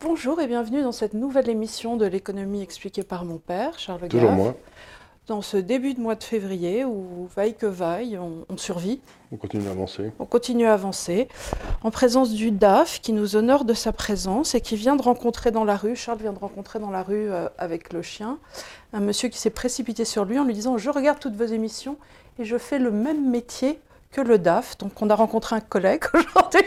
Bonjour et bienvenue dans cette nouvelle émission de l'économie expliquée par mon père, Charles Gaff. Toujours moi. Dans ce début de mois de février où, vaille que vaille, on survit. On continue à avancer. On continue à avancer, en présence du DAF qui nous honore de sa présence et qui vient de rencontrer dans la rue, Charles vient de rencontrer dans la rue avec le chien, un monsieur qui s'est précipité sur lui en lui disant « Je regarde toutes vos émissions et je fais le même métier que le DAF ». Donc on a rencontré un collègue aujourd'hui.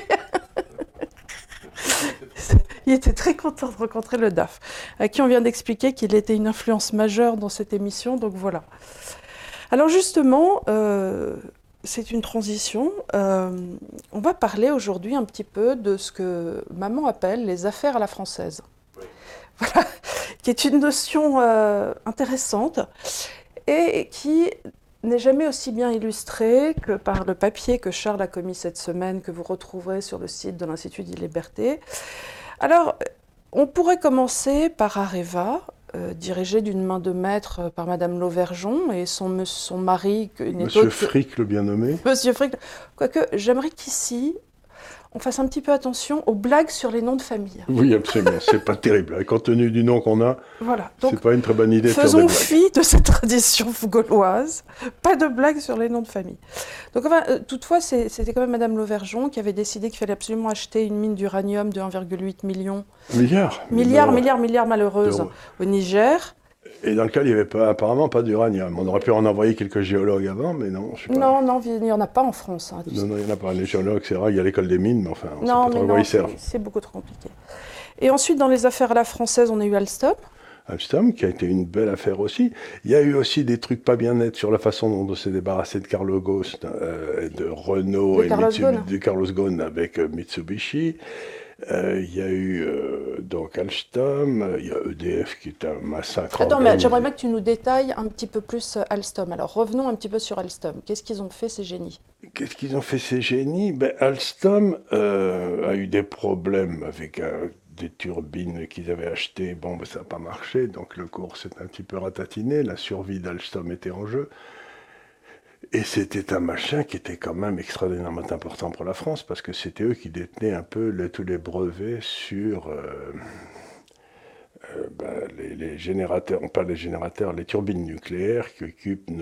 Il était très content de rencontrer le DAF, à qui on vient d'expliquer qu'il était une influence majeure dans cette émission, donc voilà. Alors justement, c'est une transition. On va parler aujourd'hui un petit peu de ce que maman appelle les affaires à la française. Oui. Voilà, qui est une notion intéressante et qui n'est jamais aussi bien illustrée que par le papier que Charles a commis cette semaine, que vous retrouverez sur le site de l'Institut des Libertés. Alors, on pourrait commencer par Areva, dirigé d'une main de maître par Madame Lauvergeon et son mari... Monsieur Frick, le bien nommé. Monsieur Frick. Quoique, j'aimerais qu'ici, on fasse un petit peu attention aux blagues sur les noms de famille. Oui, absolument. C'est pas terrible. Compte tenu du nom qu'on a, voilà. C'est pas une très bonne idée de faire des blagues. Faisons fi de cette tradition gauloise. Pas de blagues sur les noms de famille. Donc, enfin, toutefois, c'était quand même Madame Lauvergeon qui avait décidé qu'il fallait absolument acheter une mine d'uranium de 1,8 million. Milliards malheureuses au Niger. Et dans lequel il n'y avait apparemment pas d'uranium. On aurait pu en envoyer quelques géologues avant, mais non. Je sais pas. Non, il n'y en a pas en France. Hein, non, il n'y en a pas. Les géologues, c'est vrai, il y a l'école des mines, mais enfin, on ne sait pas trop à quoi ils servent. C'est beaucoup trop compliqué. Et ensuite, dans les affaires à la française, on a eu Alstom. Alstom, qui a été une belle affaire aussi. Il y a eu aussi des trucs pas bien nets sur la façon dont on s'est débarrassé de Carlos Ghosn, de Renault de Carlos Ghosn avec Mitsubishi. Il y a eu donc Alstom, il y a EDF qui est un massacre. Attends, mais j'aimerais bien que tu nous détailles un petit peu plus Alstom. Alors revenons un petit peu sur Alstom. Qu'est-ce qu'ils ont fait ces génies ? Qu'est-ce qu'ils ont fait ces génies ? Alstom a eu des problèmes avec des turbines qu'ils avaient achetées. Ça n'a pas marché, donc le cours s'est un petit peu ratatiné. La survie d'Alstom était en jeu. Et c'était un machin qui était quand même extraordinairement important pour la France, parce que c'était eux qui détenaient un peu tous les brevets sur les générateurs, pas les générateurs, les turbines nucléaires qui occupent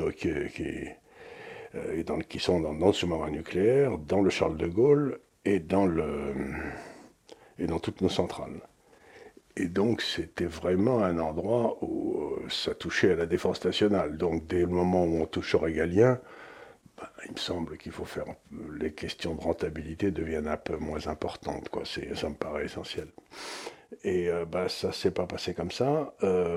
qui sont dans le sous-marin nucléaire, dans le Charles de Gaulle et dans toutes nos centrales. Et donc, c'était vraiment un endroit où ça touchait à la défense nationale. Donc, dès le moment où on touche au régalien, il me semble qu'il faut faire... Les questions de rentabilité deviennent un peu moins importantes, quoi. Ça me paraît essentiel. Et ça ne s'est pas passé comme ça.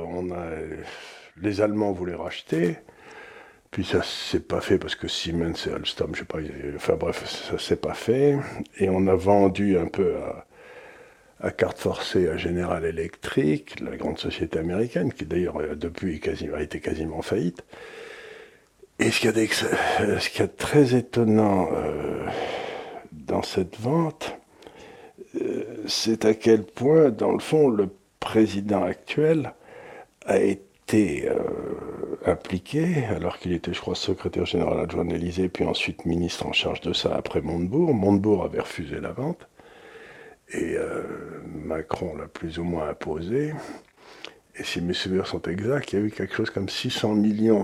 Les Allemands voulaient racheter. Puis ça ne s'est pas fait parce que Siemens et Alstom, je sais pas... Enfin bref, ça ne s'est pas fait. Et on a vendu un peu à carte forcée à General Electric, la grande société américaine, qui d'ailleurs depuis a été quasiment en faillite. Et ce qu'il y a de très étonnant dans cette vente, c'est à quel point, dans le fond, le président actuel a été impliqué, alors qu'il était, je crois, secrétaire général adjoint de l'Élysée, puis ensuite ministre en charge de ça après Montebourg. Montebourg avait refusé la vente. Et Macron l'a plus ou moins imposé. Et si mes souvenirs sont exacts, il y a eu quelque chose comme 600 millions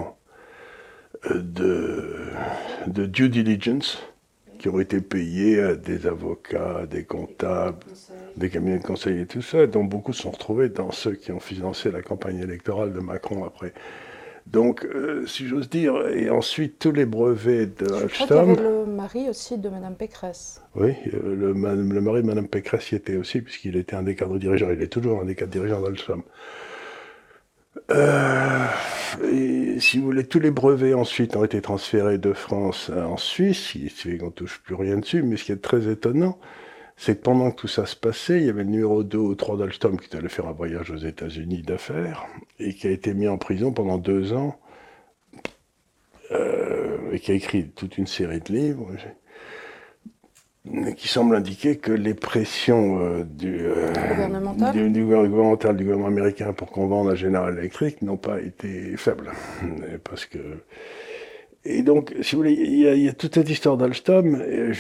de due diligence qui ont été payés à des avocats, des comptables, des cabinets de conseil et tout ça, dont beaucoup se sont retrouvés dans ceux qui ont financé la campagne électorale de Macron après. Donc, si j'ose dire, et ensuite tous les brevets de Alstom... Je crois qu'il y avait le mari aussi de Mme Pécresse. Oui, le mari de Mme Pécresse y était aussi, puisqu'il était un des cadres dirigeants. Il est toujours un des cadres dirigeants d'Alstom. Et, si vous voulez, tous les brevets ensuite ont été transférés de France en Suisse, on ne touche plus rien dessus, mais ce qui est très étonnant, c'est que pendant que tout ça se passait, il y avait le numéro 2 ou 3 d'Alstom qui allait faire un voyage aux États-Unis d'affaires et qui a été mis en prison pendant 2 ans et qui a écrit toute une série de livres qui semblent indiquer que les pressions du gouvernement américain pour qu'on vende à General Electric n'ont pas été faibles. Parce que Et donc, si vous voulez, il y a toute cette histoire d'Alstom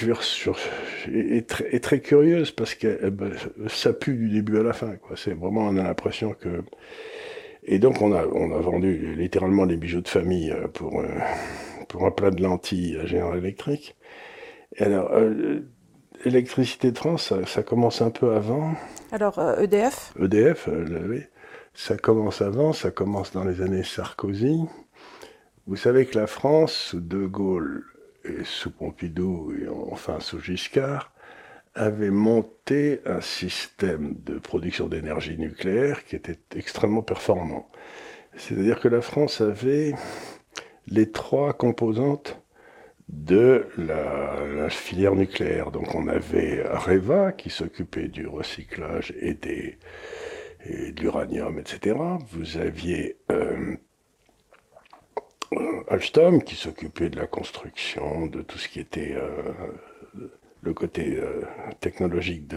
est très curieuse parce que ça pue du début à la fin, quoi. C'est vraiment, on a l'impression que... Et donc, on a vendu littéralement les bijoux de famille pour un plat de lentilles à General Electric. Et alors, Électricité de France, ça commence un peu avant. Alors, EDF? EDF, oui. Ça commence avant, ça commence dans les années Sarkozy. Vous savez que la France, sous De Gaulle et sous Pompidou, et enfin sous Giscard, avait monté un système de production d'énergie nucléaire qui était extrêmement performant. C'est-à-dire que la France avait les 3 composantes de la filière nucléaire. Donc on avait Areva qui s'occupait du recyclage et de l'uranium, etc. Vous aviez Alstom qui s'occupait de la construction, de tout ce qui était le côté technologique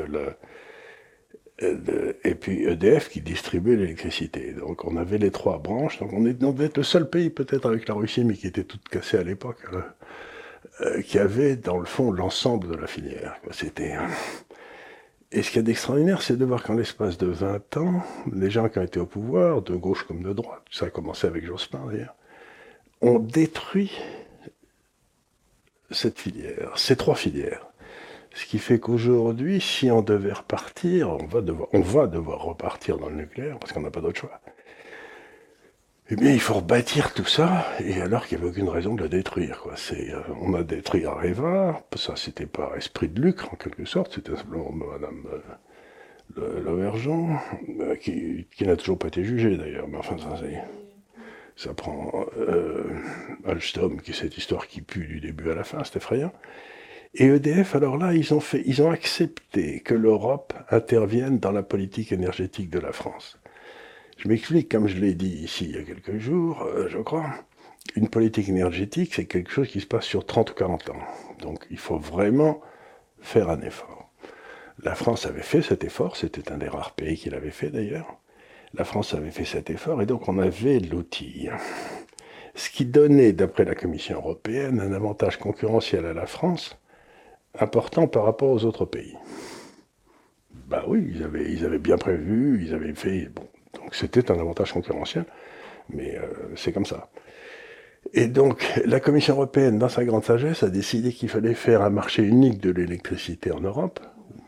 et puis EDF qui distribuait l'électricité. Donc on avait les 3 branches. Donc on devait être le seul pays peut-être avec la Russie, mais qui était toute cassée à l'époque, qui avait dans le fond l'ensemble de la filière. C'était... Et ce qu'il y a d'extraordinaire, c'est de voir qu'en l'espace de 20 ans, les gens qui ont été au pouvoir, de gauche comme de droite, ça a commencé avec Jospin d'ailleurs, ont détruit cette filière, ces 3 filières. Ce qui fait qu'aujourd'hui, si on devait repartir, on va devoir repartir dans le nucléaire, parce qu'on n'a pas d'autre choix. Eh bien, il faut rebâtir tout ça, et alors qu'il n'y avait aucune raison de le détruire, quoi. On a détruit Areva, ça c'était par esprit de lucre, en quelque sorte, c'était simplement Madame Lauvergeon, qui n'a toujours pas été jugée d'ailleurs, mais enfin ça prend Alstom, qui est cette histoire qui pue du début à la fin, c'est effrayant. Et EDF, alors là, ils ont accepté que l'Europe intervienne dans la politique énergétique de la France. Je m'explique, comme je l'ai dit ici il y a quelques jours, je crois, une politique énergétique, c'est quelque chose qui se passe sur 30 ou 40 ans. Donc il faut vraiment faire un effort. La France avait fait cet effort, c'était un des rares pays qui l'avait fait d'ailleurs. La France avait fait cet effort et donc on avait l'outil. Ce qui donnait, d'après la Commission européenne, un avantage concurrentiel à la France important par rapport aux autres pays. Ben oui, ils avaient bien prévu, ils avaient fait... Bon, donc c'était un avantage concurrentiel, mais c'est comme ça. Et donc la Commission européenne, dans sa grande sagesse, a décidé qu'il fallait faire un marché unique de l'électricité en Europe,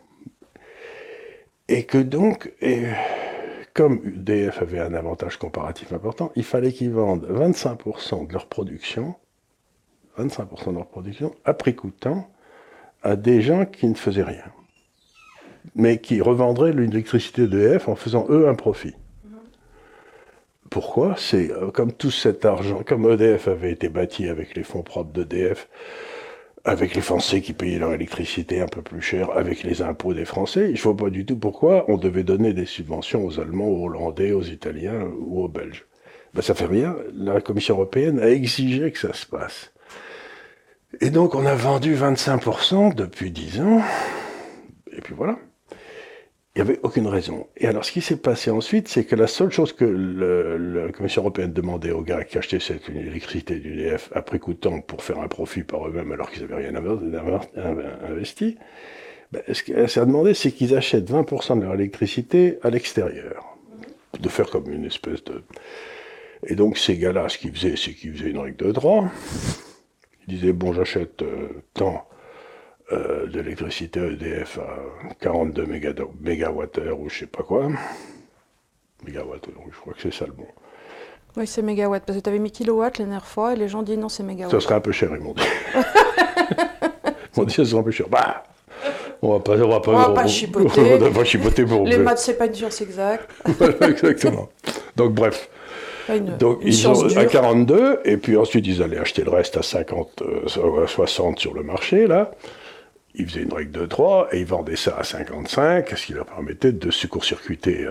et que donc, comme EDF avait un avantage comparatif important, il fallait qu'ils vendent 25% de leur production, à prix coûtant, à des gens qui ne faisaient rien, mais qui revendraient l'électricité d'EDF en faisant eux un profit. Pourquoi ? C'est comme tout cet argent, comme EDF avait été bâti avec les fonds propres d'EDF, avec les Français qui payaient leur électricité un peu plus cher, avec les impôts des Français, je ne vois pas du tout pourquoi on devait donner des subventions aux Allemands, aux Hollandais, aux Italiens ou aux Belges. Ben, ça fait rien, la Commission européenne a exigé que ça se passe. Et donc on a vendu 25% depuis 10 ans, et puis voilà. Il n'y avait aucune raison. Et alors, ce qui s'est passé ensuite, c'est que la seule chose que la Commission européenne demandait aux gars qui achetaient cette électricité d'EDF à prix coûtant pour faire un profit par eux-mêmes alors qu'ils n'avaient rien investi, ce qu'elle s'est demandé, c'est qu'ils achètent 20% de leur électricité à l'extérieur. De faire comme une espèce de... Et donc, ces gars-là, ce qu'ils faisaient, c'est qu'ils faisaient une règle de droit. Ils disaient, bon, j'achète tant... de l'électricité EDF à 42 mégawattheures ou je sais pas quoi. Mégawatts, je crois que c'est ça le bon. Oui, c'est mégawatts, parce que tu avais mis kilowatts la dernière fois et les gens disent non, c'est mégawatts. Ça serait un peu cher, ils m'ont dit. Ils m'ont dit ça serait un peu cher. Bah, on va pas chipoter. On va pas chipoter pour... Les maths, c'est pas une science exacte. Voilà, exactement. Donc, bref. Donc ils ont à 42, et puis ensuite ils allaient acheter le reste à 50, 60 sur le marché, là. Ils faisaient une règle de 3 et ils vendaient ça à 55, ce qui leur permettait de se court-circuiter.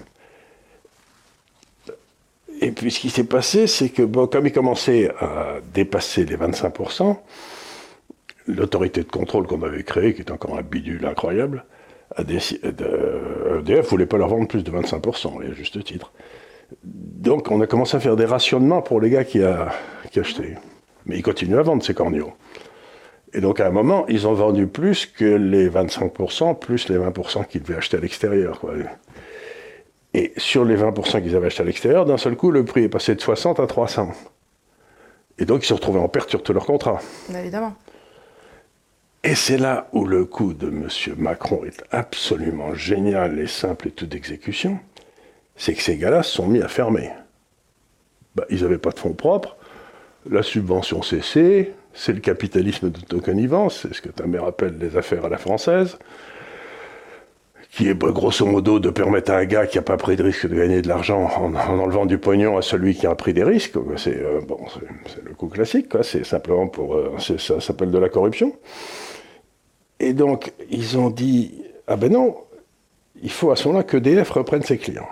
Et puis ce qui s'est passé, c'est que bon, comme ils commençaient à dépasser les 25%, l'autorité de contrôle qu'on avait créée, qui est encore un bidule incroyable, EDF ne voulait pas leur vendre plus de 25%, et à juste titre. Donc on a commencé à faire des rationnements pour les gars qui achetaient. Mais ils continuent à vendre ces corneaux. Et donc à un moment, ils ont vendu plus que les 25%, plus les 20% qu'ils devaient acheter à l'extérieur, quoi. Et sur les 20% qu'ils avaient acheté à l'extérieur, d'un seul coup, le prix est passé de 60 à 300. Et donc ils se retrouvaient en perte sur tous leurs contrats. Évidemment. Et c'est là où le coup de M. Macron est absolument génial et simple et tout d'exécution. C'est que ces gars-là se sont mis à fermer. Ils n'avaient pas de fonds propres, la subvention cessée, c'est le capitalisme de tokennivance, c'est ce que ta mère appelle les affaires à la française, qui est grosso modo de permettre à un gars qui n'a pas pris de risque de gagner de l'argent en enlevant du pognon à celui qui a pris des risques. C'est le coup classique, quoi. C'est simplement ça s'appelle de la corruption. Et donc, ils ont dit, ah ben non, il faut à ce moment-là qu'EDF reprenne ses clients.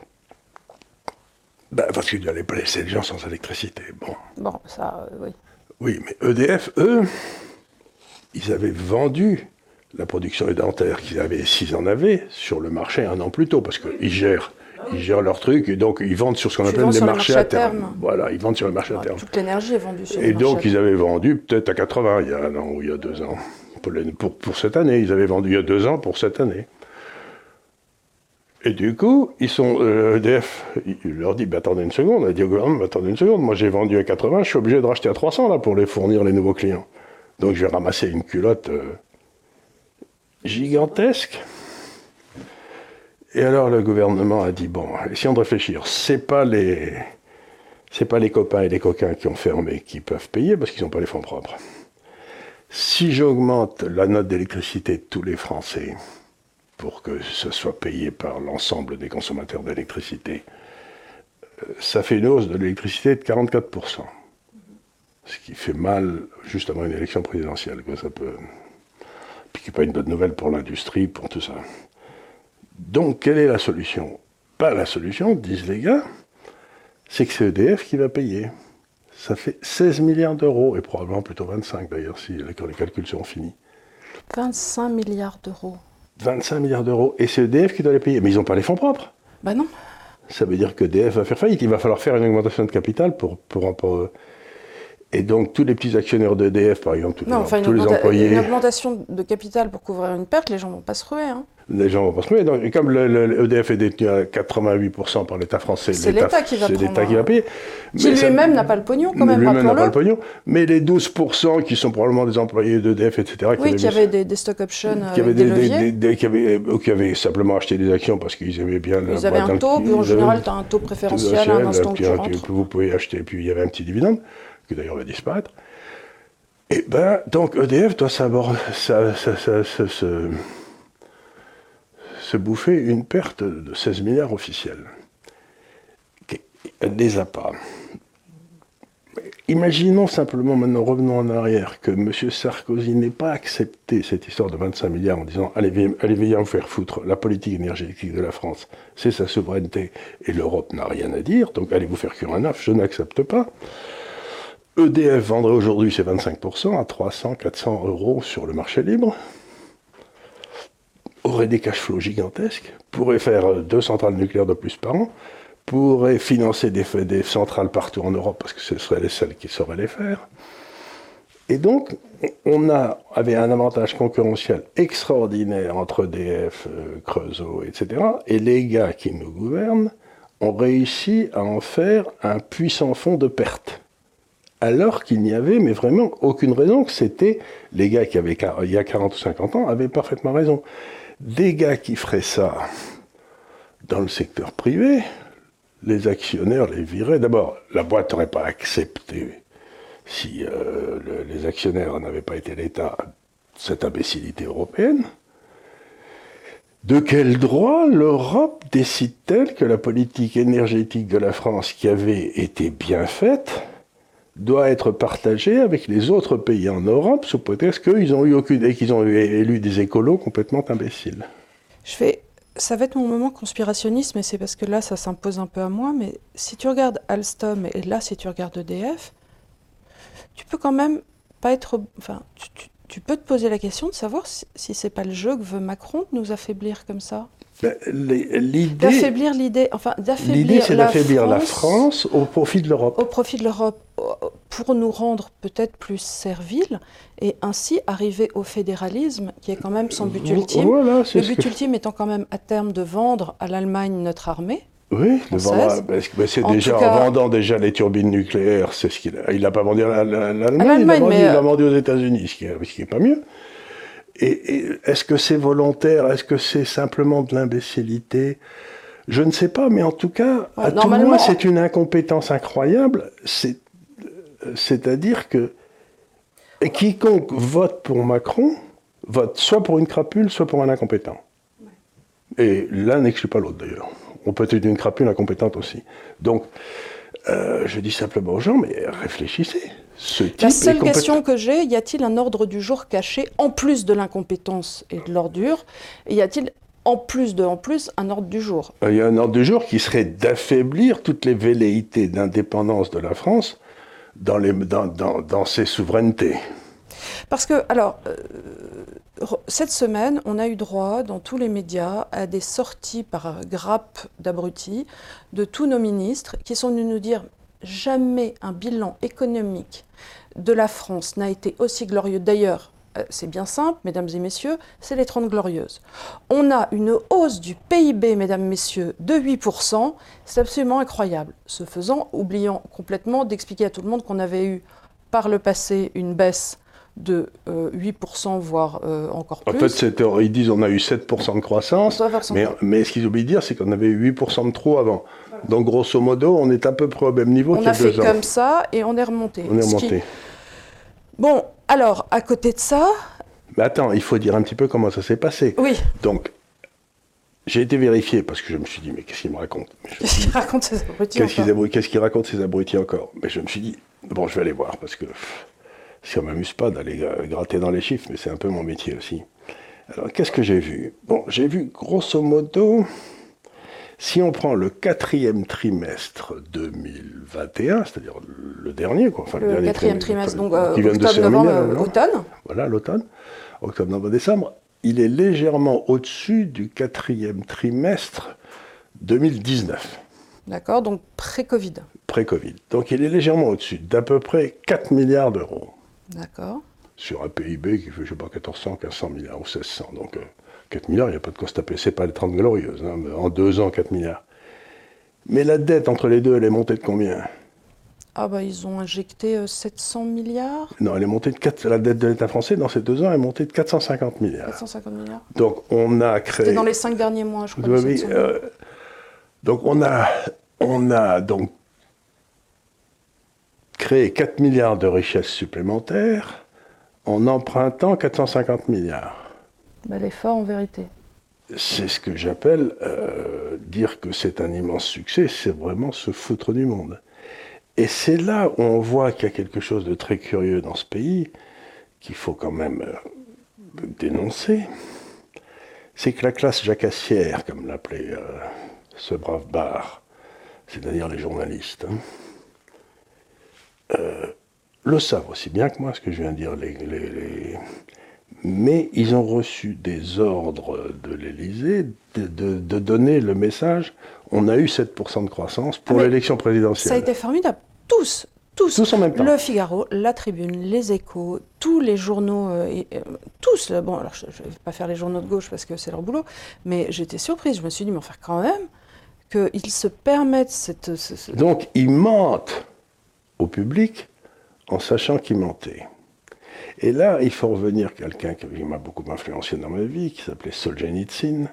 Parce qu'il n'allait pas laisser les gens sans électricité. Bon, ça, oui. Oui, mais EDF, eux, ils avaient vendu la production édentaire qu'ils avaient, s'ils en avaient, sur le marché un an plus tôt, parce qu'ils gèrent leur truc, et donc ils vendent sur ce qu'on appelle les marchés à terme. Voilà, ils vendent sur le marché à terme. Toute l'énergie est vendue sur le marché. Et donc ils avaient vendu peut-être à 80 il y a un an ou il y a 2 ans. Pour cette année, ils avaient vendu il y a 2 ans pour cette année. Et du coup, EDF, il leur dit, attendez une seconde, il dit au gouvernement, attendez une seconde, moi j'ai vendu à 80, je suis obligé de racheter à 300 là pour les fournir les nouveaux clients. Donc je vais ramasser une culotte gigantesque. Et alors le gouvernement a dit, essayons de réfléchir, c'est pas les copains et les coquins qui ont fermé qui peuvent payer parce qu'ils n'ont pas les fonds propres. Si j'augmente la note d'électricité de tous les Français pour que ce soit payé par l'ensemble des consommateurs d'électricité, ça fait une hausse de l'électricité de 44%. Ce qui fait mal juste avant une élection présidentielle. Ça peut... Puis qui n'est pas une bonne nouvelle pour l'industrie, pour tout ça. Donc, quelle est la solution ? La solution, disent les gars, c'est que c'est EDF qui va payer. Ça fait 16 milliards d'euros, et probablement plutôt 25 d'ailleurs, quand les calculs seront finis. 25 milliards d'euros. 25 milliards d'euros, et c'est EDF qui doit les payer. Mais ils n'ont pas les fonds propres. Non. Ça veut dire qu'EDF va faire faillite. Il va falloir faire une augmentation de capital pour et donc, tous les petits actionnaires d'EDF, par exemple, tous les employés... Une augmentation de capital pour couvrir une perte, les gens ne vont pas se ruer. Les gens ne vont pas se ruer. Donc, et comme l'EDF est détenu à 88% par l'État français, c'est l'État qui va payer. Qui lui-même n'a pas le pognon, quand même, lui-même n'a pas le pognon. Mais les 12% qui sont probablement des employés d'EDF, etc. Qui avaient des stock options avec des leviers. Qui avaient simplement acheté des actions parce qu'ils aimaient bien... Ils avaient un taux, puis en général, tu as un taux préférentiel à un instant que tu rentres. Vous pouvez acheter, puis il y avait un petit dividende, qui d'ailleurs va disparaître. Et donc EDF doit se bouffer une perte de 16 milliards officielle. Elle ne les a pas. Imaginons simplement, maintenant revenons en arrière, que M. Sarkozy n'ait pas accepté cette histoire de 25 milliards en disant « Allez, viens vous faire foutre, la politique énergétique de la France, c'est sa souveraineté, et l'Europe n'a rien à dire, donc allez vous faire cuire un œuf, je n'accepte pas ». EDF vendrait aujourd'hui ses 25% à 300, 400 euros sur le marché libre, aurait des cash flows gigantesques, pourrait faire 2 centrales nucléaires de plus par an, pourrait financer des centrales partout en Europe parce que ce seraient les seules qui sauraient les faire. Et donc, on avait un avantage concurrentiel extraordinaire entre EDF, Creusot, etc. Et les gars qui nous gouvernent ont réussi à en faire un puissant fonds de perte. Alors qu'il n'y avait, mais vraiment, aucune raison, que c'était les gars qui avaient, il y a 40 ou 50 ans, avaient parfaitement raison. Des gars qui feraient ça dans le secteur privé, les actionnaires les viraient. D'abord, la boîte n'aurait pas accepté, si les actionnaires n'avaient pas été l'État, cette imbécilité européenne. De quel droit l'Europe décide-t-elle que la politique énergétique de la France, qui avait été bien faite, doit être partagée avec les autres pays en Europe, sous prétexte qu'ils ont élu des écolos complètement imbéciles. Ça va être mon moment conspirationniste, mais c'est parce que là, ça s'impose un peu à moi. Mais si tu regardes Alstom et là, si tu regardes EDF, tu peux quand même pas être... Enfin, tu peux te poser la question de savoir si c'est pas le jeu que veut Macron de nous affaiblir comme ça. D'affaiblir l'idée, enfin d'affaiblir l'idée, c'est d'affaiblir la France au profit de l'Europe. Au profit de l'Europe, pour nous rendre peut-être plus serviles et ainsi arriver au fédéralisme qui est quand même son but ultime. Voilà, le but ultime étant quand même à terme de vendre à l'Allemagne notre armée. Oui, c'est déjà en vendant déjà les turbines nucléaires, c'est ce qu'il a. Il n'a pas vendu à l'Allemagne, il l'a vendu aux États-Unis, ce qui est pas mieux. Et est-ce que c'est volontaire? Est-ce que c'est simplement de l'imbécilité? Je ne sais pas, mais en tout cas, à tout le moins, c'est une incompétence incroyable. C'est-à-dire que quiconque vote pour Macron vote soit pour une crapule, soit pour un incompétent. Et l'un n'exclut pas l'autre, d'ailleurs. On peut être une crapule incompétente aussi. Donc, je dis simplement aux gens, mais réfléchissez. La seule question que j'ai, y a-t-il un ordre du jour caché, en plus de l'incompétence et de l'ordure, et y a-t-il en plus un ordre du jour? Il y a un ordre du jour qui serait d'affaiblir toutes les velléités d'indépendance de la France dans ses souverainetés. Parce que, alors, cette semaine, on a eu droit, dans tous les médias, à des sorties par grappes d'abrutis de tous nos ministres qui sont venus nous dire « Jamais un bilan économique de la France n'a été aussi glorieux. » D'ailleurs, c'est bien simple, mesdames et messieurs, c'est les 30 Glorieuses. On a une hausse du PIB, mesdames et messieurs, de 8%, c'est absolument incroyable. Ce faisant, oubliant complètement d'expliquer à tout le monde qu'on avait eu par le passé une baisse de 8%, voire encore plus. En fait, ils disent qu'on a eu 7% de croissance, mais ce qu'ils oublient de dire, c'est qu'on avait eu 8% de trop avant. Voilà. Donc, grosso modo, on est à peu près au même niveau qu'il y a 2 ans. On a fait comme ça et on est remonté. Bon, alors, à côté de ça... Mais attends, il faut dire un petit peu comment ça s'est passé. Oui. Donc, j'ai été vérifié parce que je me suis dit, mais qu'est-ce qu'il me raconte? Qu'est-ce qu'il raconte ces abrutis encore? Qu'est-ce qu'il raconte ces abrutis encore? Mais je me suis dit, bon, je vais aller voir parce que... Ça ne m'amuse pas d'aller gratter dans les chiffres, mais c'est un peu mon métier aussi. Alors, qu'est-ce que j'ai vu? Bon, j'ai vu, grosso modo, si on prend le 4e trimestre 2021, c'est-à-dire le dernier, quoi. Enfin, le 4e trimestre, donc octobre, novembre, automne. Voilà, l'automne. Octobre, novembre, décembre. Il est légèrement au-dessus du 4e trimestre 2019. D'accord, donc pré-Covid. Pré-Covid. Donc, il est légèrement au-dessus d'à peu près 4 milliards d'euros. D'accord. Sur un PIB qui fait, je ne sais pas, 1400, 1500 milliards ou 1600. Donc, 4 milliards, il n'y a pas de quoi se taper. Ce n'est pas les 30 Glorieuses. Hein, en 2 ans, 4 milliards. Mais la dette entre les deux, elle est montée de combien? Ah bah, ils ont injecté 700 milliards. Non, elle est montée de 4... La dette de l'État français, dans ces 2 ans, est montée de 450 milliards. 450 milliards. Donc, on a créé... C'était dans les 5 derniers mois, je crois. Oui, donc, on a donc créé 4 milliards de richesses supplémentaires en empruntant 450 milliards. Bah, l'effort, en vérité. C'est ce que j'appelle dire que c'est un immense succès, c'est vraiment se foutre du monde. Et c'est là où on voit qu'il y a quelque chose de très curieux dans ce pays, qu'il faut quand même dénoncer. C'est que la classe jacassière, comme l'appelait ce brave Barre, c'est-à-dire les journalistes, le savent aussi bien que moi, ce que je viens de dire. Mais ils ont reçu des ordres de l'Élysée de donner le message « on a eu 7% de croissance pour l'élection présidentielle ». Ça a été formidable. Tous en même temps. Le Figaro, La Tribune, Les Échos, tous les journaux, tous. Bon, alors je ne vais pas faire les journaux de gauche parce que c'est leur boulot, mais j'étais surprise. Je me suis dit, mais enfin quand même, qu'ils se permettent Donc, ils mentent au public en sachant qu'ils mentaient. Et là, il faut revenir à quelqu'un qui m'a beaucoup influencé dans ma vie, qui s'appelait Solzhenitsyn,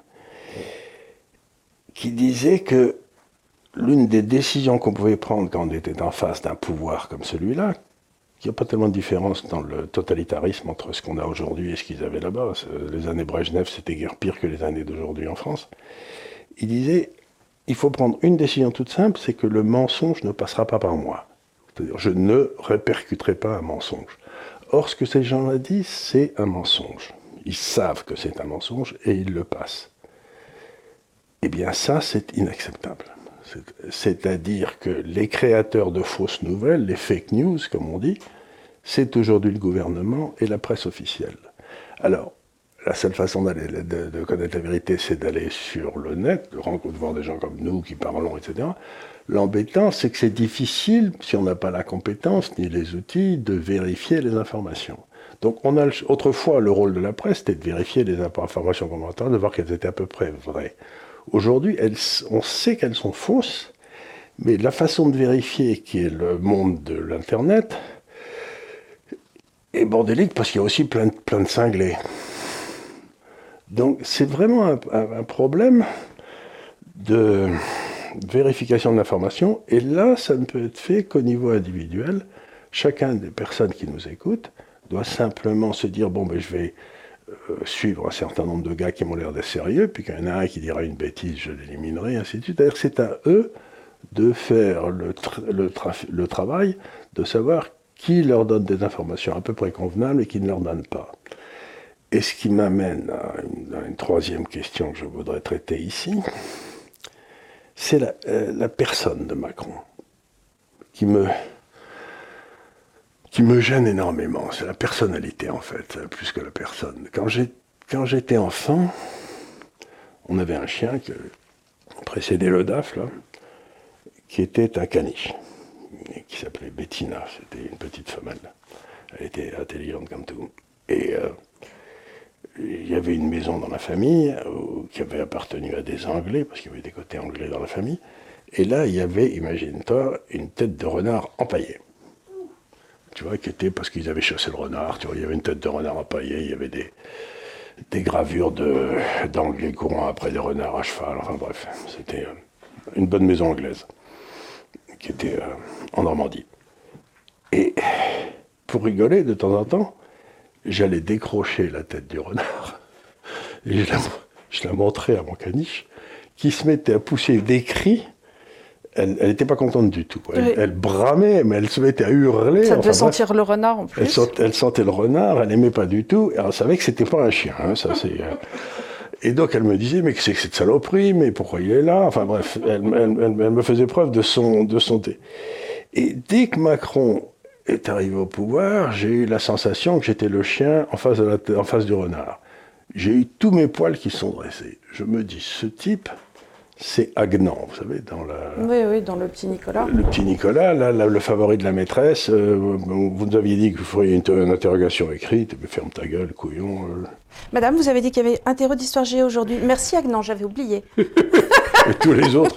qui disait que l'une des décisions qu'on pouvait prendre quand on était en face d'un pouvoir comme celui-là, il n'y a pas tellement de différence dans le totalitarisme entre ce qu'on a aujourd'hui et ce qu'ils avaient là-bas. Les années Brejnev, c'était guère pire que les années d'aujourd'hui en France. Il disait, il faut prendre une décision toute simple, c'est que le mensonge ne passera pas par moi. C'est-à-dire, je ne répercuterai pas un mensonge. Or, ce que ces gens-là disent, c'est un mensonge. Ils savent que c'est un mensonge et ils le passent. Eh bien, ça, c'est inacceptable. C'est-à-dire que les créateurs de fausses nouvelles, les fake news, comme on dit, c'est aujourd'hui le gouvernement et la presse officielle. Alors, la seule façon de connaître la vérité, c'est d'aller sur le net, de voir des gens comme nous qui parlons, etc. L'embêtant, c'est que c'est difficile, si on n'a pas la compétence ni les outils, de vérifier les informations. Donc, autrefois, le rôle de la presse, c'était de vérifier les informations qu'on entend, de voir qu'elles étaient à peu près vraies. Aujourd'hui, on sait qu'elles sont fausses, mais la façon de vérifier, qui est le monde de l'Internet, est bordélique parce qu'il y a aussi plein de cinglés. Donc, c'est vraiment un problème de vérification de l'information, et là, ça ne peut être fait qu'au niveau individuel. Chacun des personnes qui nous écoutent doit simplement se dire, bon, je vais suivre un certain nombre de gars qui m'ont l'air d'être sérieux, puis qu'il y en a un qui dira une bêtise, je l'éliminerai, ainsi de suite. C'est-à-dire que c'est à eux de faire le travail, de savoir qui leur donne des informations à peu près convenables et qui ne leur donne pas. Et ce qui m'amène à une troisième question que je voudrais traiter ici, c'est la personne de Macron qui me gêne énormément. C'est la personnalité, en fait, plus que la personne. Quand j'étais enfant, on avait un chien qui précédait le DAF, là, qui était un caniche, qui s'appelait Bettina. C'était une petite femelle. Elle était intelligente comme tout. Et il y avait une maison dans la famille qui avait appartenu à des Anglais, parce qu'il y avait des côtés anglais dans la famille. Et là, il y avait, imagine-toi, une tête de renard empaillée. Tu vois, qui était parce qu'ils avaient chassé le renard. Tu vois, il y avait une tête de renard empaillée, il y avait des gravures d'anglais courant après des renards à cheval. Enfin bref, c'était une bonne maison anglaise qui était en Normandie. Et pour rigoler, de temps en temps, j'allais décrocher la tête du renard et je la montrais à mon caniche qui se mettait à pousser des cris. Elle n'était pas contente du tout. Elle bramait, mais elle se mettait à hurler. Ça devait sentir le renard en plus. Elle sentait le renard, elle n'aimait pas du tout. Et elle savait que c'était pas un chien. Hein, ça, et donc elle me disait, mais qu'est-ce que c'est que cette saloperie, mais pourquoi il est là? Enfin bref, elle me faisait preuve de son thé. Et dès que Macron est arrivé au pouvoir, j'ai eu la sensation que j'étais le chien en face du renard. J'ai eu tous mes poils qui sont dressés. Je me dis, ce type, c'est Aguenand, vous savez, dans Oui, dans le petit Nicolas. Le petit Nicolas, là, le favori de la maîtresse. Vous nous aviez dit que vous feriez une interrogation écrite. Mais ferme ta gueule, couillon. Madame, vous avez dit qu'il y avait interro d'histoire géo aujourd'hui. Merci Aguenand, j'avais oublié. Et tous les autres.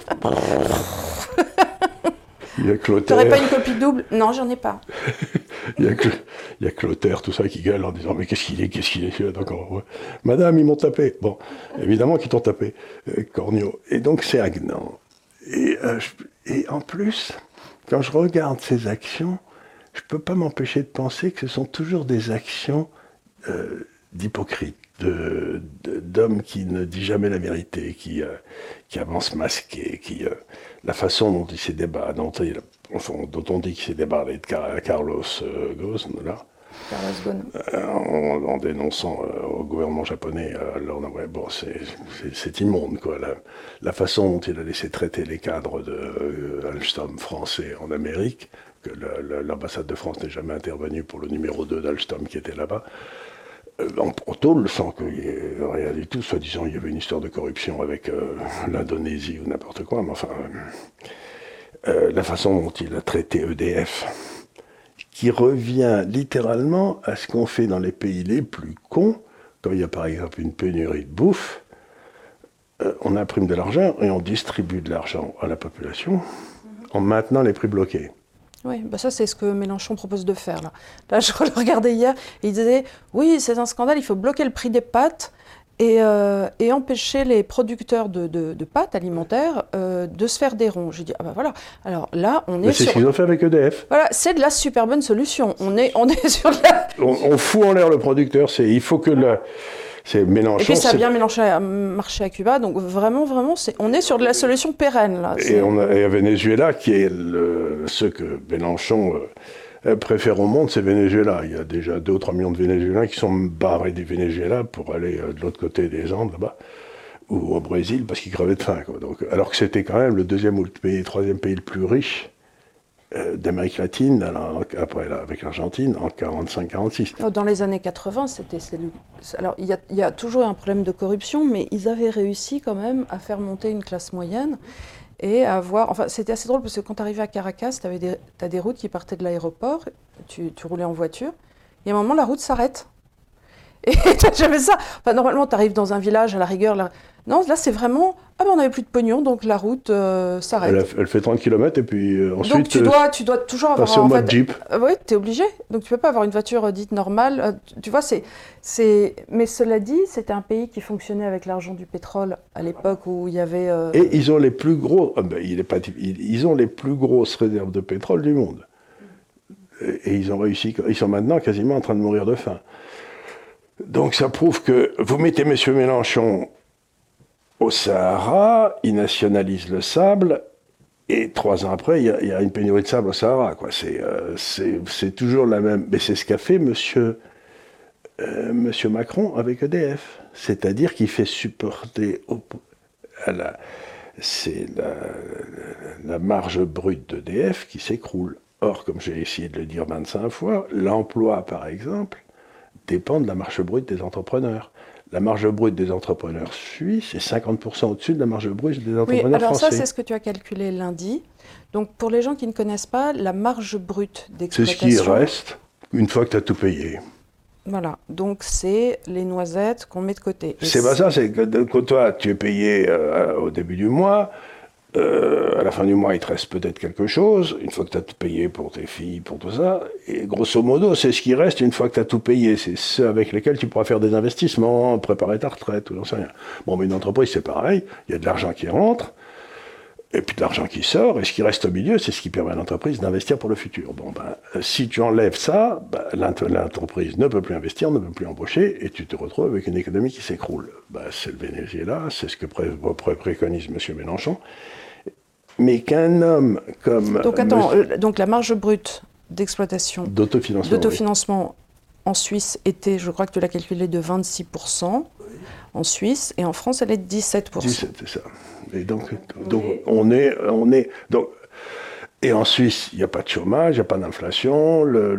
Il y a Clotaire. T'aurais pas une copie double? Non, j'en ai pas. Il y a Clotaire, tout ça, qui gueule en disant, mais qu'est-ce qu'il est d'accord, ouais. Madame, ils m'ont tapé. Bon, évidemment qu'ils t'ont tapé, Cornio. Et donc, c'est Aguenand. Et en plus, quand je regarde ces actions, je ne peux pas m'empêcher de penser que ce sont toujours des actions d'hypocrites, d'hommes qui ne disent jamais la vérité, qui avancent masqués, la façon dont il s'est débarrassé, dont on dit qu'il s'est débarrassé de Carlos Ghosn, là, en dénonçant au gouvernement japonais, c'est immonde, quoi. La façon dont il a laissé traiter les cadres de Alstom français en Amérique, que l'ambassade de France n'est jamais intervenue pour le numéro 2 d'Alstom qui était là-bas, en tôle, sans qu'il n'y ait rien du tout, soi-disant il y avait une histoire de corruption avec l'Indonésie ou n'importe quoi, mais enfin, la façon dont il a traité EDF, qui revient littéralement à ce qu'on fait dans les pays les plus cons, quand il y a par exemple une pénurie de bouffe, on imprime de l'argent et on distribue de l'argent à la population en maintenant les prix bloqués. Oui, ça c'est ce que Mélenchon propose de faire. Là je le regardais hier, et il disait « Oui, c'est un scandale, il faut bloquer le prix des pâtes et empêcher les producteurs de pâtes alimentaires de se faire des ronds. » J'ai dit « Ah ben voilà, alors là on est c'est ce qu'ils ont fait avec EDF. Voilà, c'est de la super bonne solution. On est sur la... On fout en l'air le producteur, il faut que c'est Mélenchon. Et puis ça a bien marché à Cuba, donc vraiment, on est sur de la solution pérenne. Là. Et à Venezuela, qui est ce que Mélenchon préfère au monde, c'est Venezuela. Il y a déjà 2 ou 3 millions de Vénézuéliens qui sont barrés du Venezuela pour aller de l'autre côté des Andes, là-bas, ou au Brésil, parce qu'ils crevaient de faim, quoi. Donc, alors que c'était quand même le 2e ou le 3e pays le plus riche d'Amérique latine, après avec l'Argentine, en 45-46. Dans les années 80, alors il y a toujours un problème de corruption, mais ils avaient réussi quand même à faire monter une classe moyenne et à avoir... Enfin, c'était assez drôle parce que quand tu arrivais à Caracas, tu as des routes qui partaient de l'aéroport, tu roulais en voiture, et à un moment, la route s'arrête. Et j'avais ça. Enfin, normalement, tu arrives dans un village, à la rigueur. Non, là, c'est vraiment... Ah ben, on n'avait plus de pognon, donc la route s'arrête. Elle fait 30 km et puis ensuite... Donc, tu dois toujours avoir... passer au mode Jeep. Oui, tu es obligé. Donc, tu ne peux pas avoir une voiture dite normale. Tu vois, Mais cela dit, c'était un pays qui fonctionnait avec l'argent du pétrole à l'époque où il y avait... Et ils ont les plus gros... ils ont les plus grosses réserves de pétrole du monde. Et ils ont réussi... Ils sont maintenant quasiment en train de mourir de faim. Donc ça prouve que vous mettez M. Mélenchon au Sahara, il nationalise le sable, et 3 ans après, il y a une pénurie de sable au Sahara, quoi. C'est toujours la même... Mais c'est ce qu'a fait monsieur Macron avec EDF. C'est-à-dire qu'il fait supporter... C'est la marge brute d'EDF qui s'écroule. Or, comme j'ai essayé de le dire 25 fois, l'emploi, par exemple, dépend de la marge brute des entrepreneurs. La marge brute des entrepreneurs suisses est 50% au-dessus de la marge brute des entrepreneurs alors français. Ça, c'est ce que tu as calculé lundi. Donc, pour les gens qui ne connaissent pas, la marge brute d'exploitation... C'est ce qui reste une fois que tu as tout payé. Voilà, donc c'est les noisettes qu'on met de côté. C'est pas ça, c'est que toi, tu es payé au début du mois, à la fin du mois, il te reste peut-être quelque chose, une fois que tu as tout payé pour tes filles, pour tout ça, et grosso modo, c'est ce qui reste une fois que tu as tout payé, c'est ceux avec lesquels tu pourras faire des investissements, préparer ta retraite, ou j'en sais rien. Bon, mais une entreprise, c'est pareil, il y a de l'argent qui rentre, et puis de l'argent qui sort, et ce qui reste au milieu, c'est ce qui permet à l'entreprise d'investir pour le futur. Bon, si tu enlèves ça, l'entreprise ne peut plus investir, ne peut plus embaucher, et tu te retrouves avec une économie qui s'écroule. C'est le Venezuela, c'est ce que préconise M. Mélenchon. Mais qu'un homme comme... Donc attends, donc la marge brute d'exploitation, d'autofinancement en Suisse était, je crois que tu l'as calculé, de 26% en Suisse, et en France, elle est de 17%. 17, c'est ça. Et donc et en Suisse, il n'y a pas de chômage, il n'y a pas d'inflation,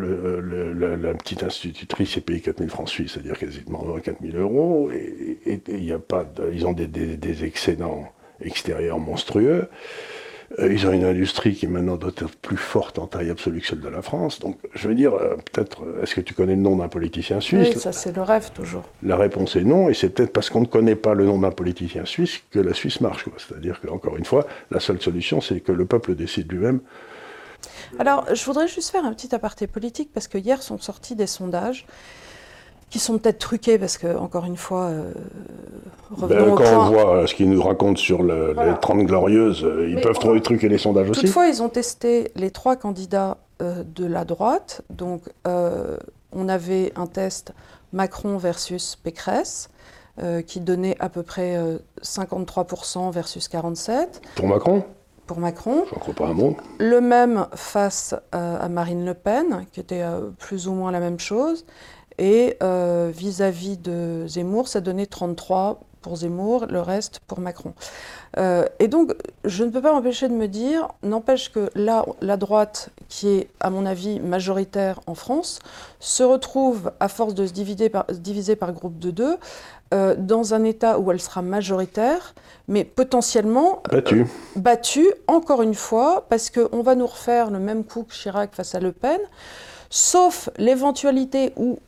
la petite institutrice est payée 4 000 francs suisses, c'est-à-dire quasiment 4 000 euros, et il y a pas ils ont des excédents extérieurs monstrueux. Ils ont une industrie qui maintenant doit être plus forte en taille absolue que celle de la France. Donc, je veux dire, peut-être, est-ce que tu connais le nom d'un politicien suisse? Oui, ça c'est le rêve toujours. La réponse est non, et c'est peut-être parce qu'on ne connaît pas le nom d'un politicien suisse que la Suisse marche, quoi. C'est-à-dire qu'encore une fois, la seule solution, c'est que le peuple décide lui-même. Alors, je voudrais juste faire un petit aparté politique, parce que hier sont sortis des sondages qui sont peut-être truqués, parce que, encore une fois, revenons au point. Quand on voit ce qu'ils nous racontent sur les 30 Glorieuses, ils peuvent truquer les sondages aussi. Toutefois, ils ont testé les 3 candidats de la droite. Donc, on avait un test Macron versus Pécresse, qui donnait à peu près 53% versus 47%. Pour Macron ? Pour Macron. Je n'en crois pas un mot. Le même face à Marine Le Pen, qui était plus ou moins la même chose. Et vis-à-vis de Zemmour, ça donnait 33 pour Zemmour, le reste pour Macron. Et donc, je ne peux pas m'empêcher de me dire, n'empêche que là, la droite, qui est, à mon avis, majoritaire en France, se retrouve, à force de se diviser par groupe de 2, dans un État où elle sera majoritaire, mais potentiellement battue, encore une fois, parce qu'on va nous refaire le même coup que Chirac face à Le Pen, sauf l'éventualité où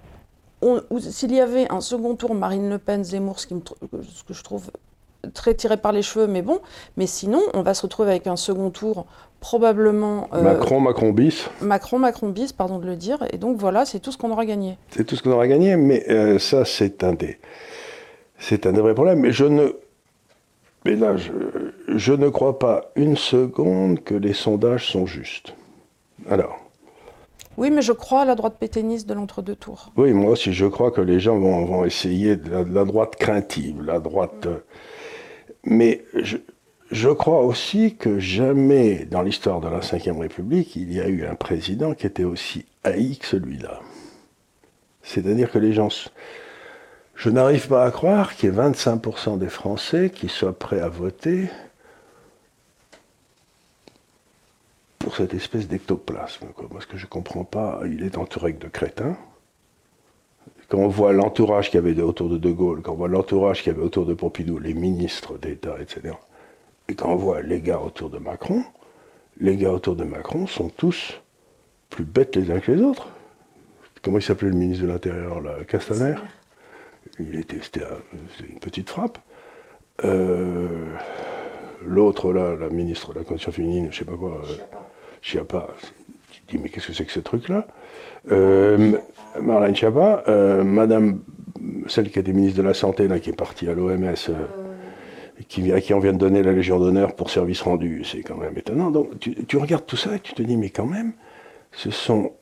s'il y avait un second tour Marine Le Pen, Zemmour, ce que je trouve très tiré par les cheveux, mais bon, mais sinon, on va se retrouver avec un second tour probablement... Macron bis. Macron bis, pardon de le dire, et donc voilà, c'est tout ce qu'on aura gagné. C'est tout ce qu'on aura gagné, mais ça, c'est un des vrais problèmes. Mais là, je ne crois pas une seconde que les sondages sont justes. Alors... Oui, mais je crois à la droite pétainiste de l'entre-deux tours. Oui, moi aussi, je crois que les gens vont essayer de la droite craintive, la droite... Mais je crois aussi que jamais, dans l'histoire de la Ve République, il y a eu un président qui était aussi haï que celui-là. C'est-à-dire que les gens... Je n'arrive pas à croire qu'il y ait 25% des Français qui soient prêts à voter pour cette espèce d'ectoplasme, quoi. Parce que je ne comprends pas, il est entouré de crétins. Quand on voit l'entourage qu'il y avait autour de De Gaulle, quand on voit l'entourage qu'il y avait autour de Pompidou, les ministres d'État, etc., et quand on voit les gars autour de Macron sont tous plus bêtes les uns que les autres. Comment il s'appelait le ministre de l'Intérieur, là, Castaner? C'était une petite frappe. L'autre, là, la ministre de la Condition féminine, je sais pas quoi, Schiappa, tu te dis, mais qu'est-ce que c'est que ce truc-là? Marlène Schiappa, madame, celle qui était ministre de la Santé, là, qui est partie à l'OMS, à qui on vient de donner la Légion d'honneur pour service rendu, c'est quand même étonnant. Donc, tu regardes tout ça et tu te dis, mais quand même, ce sont...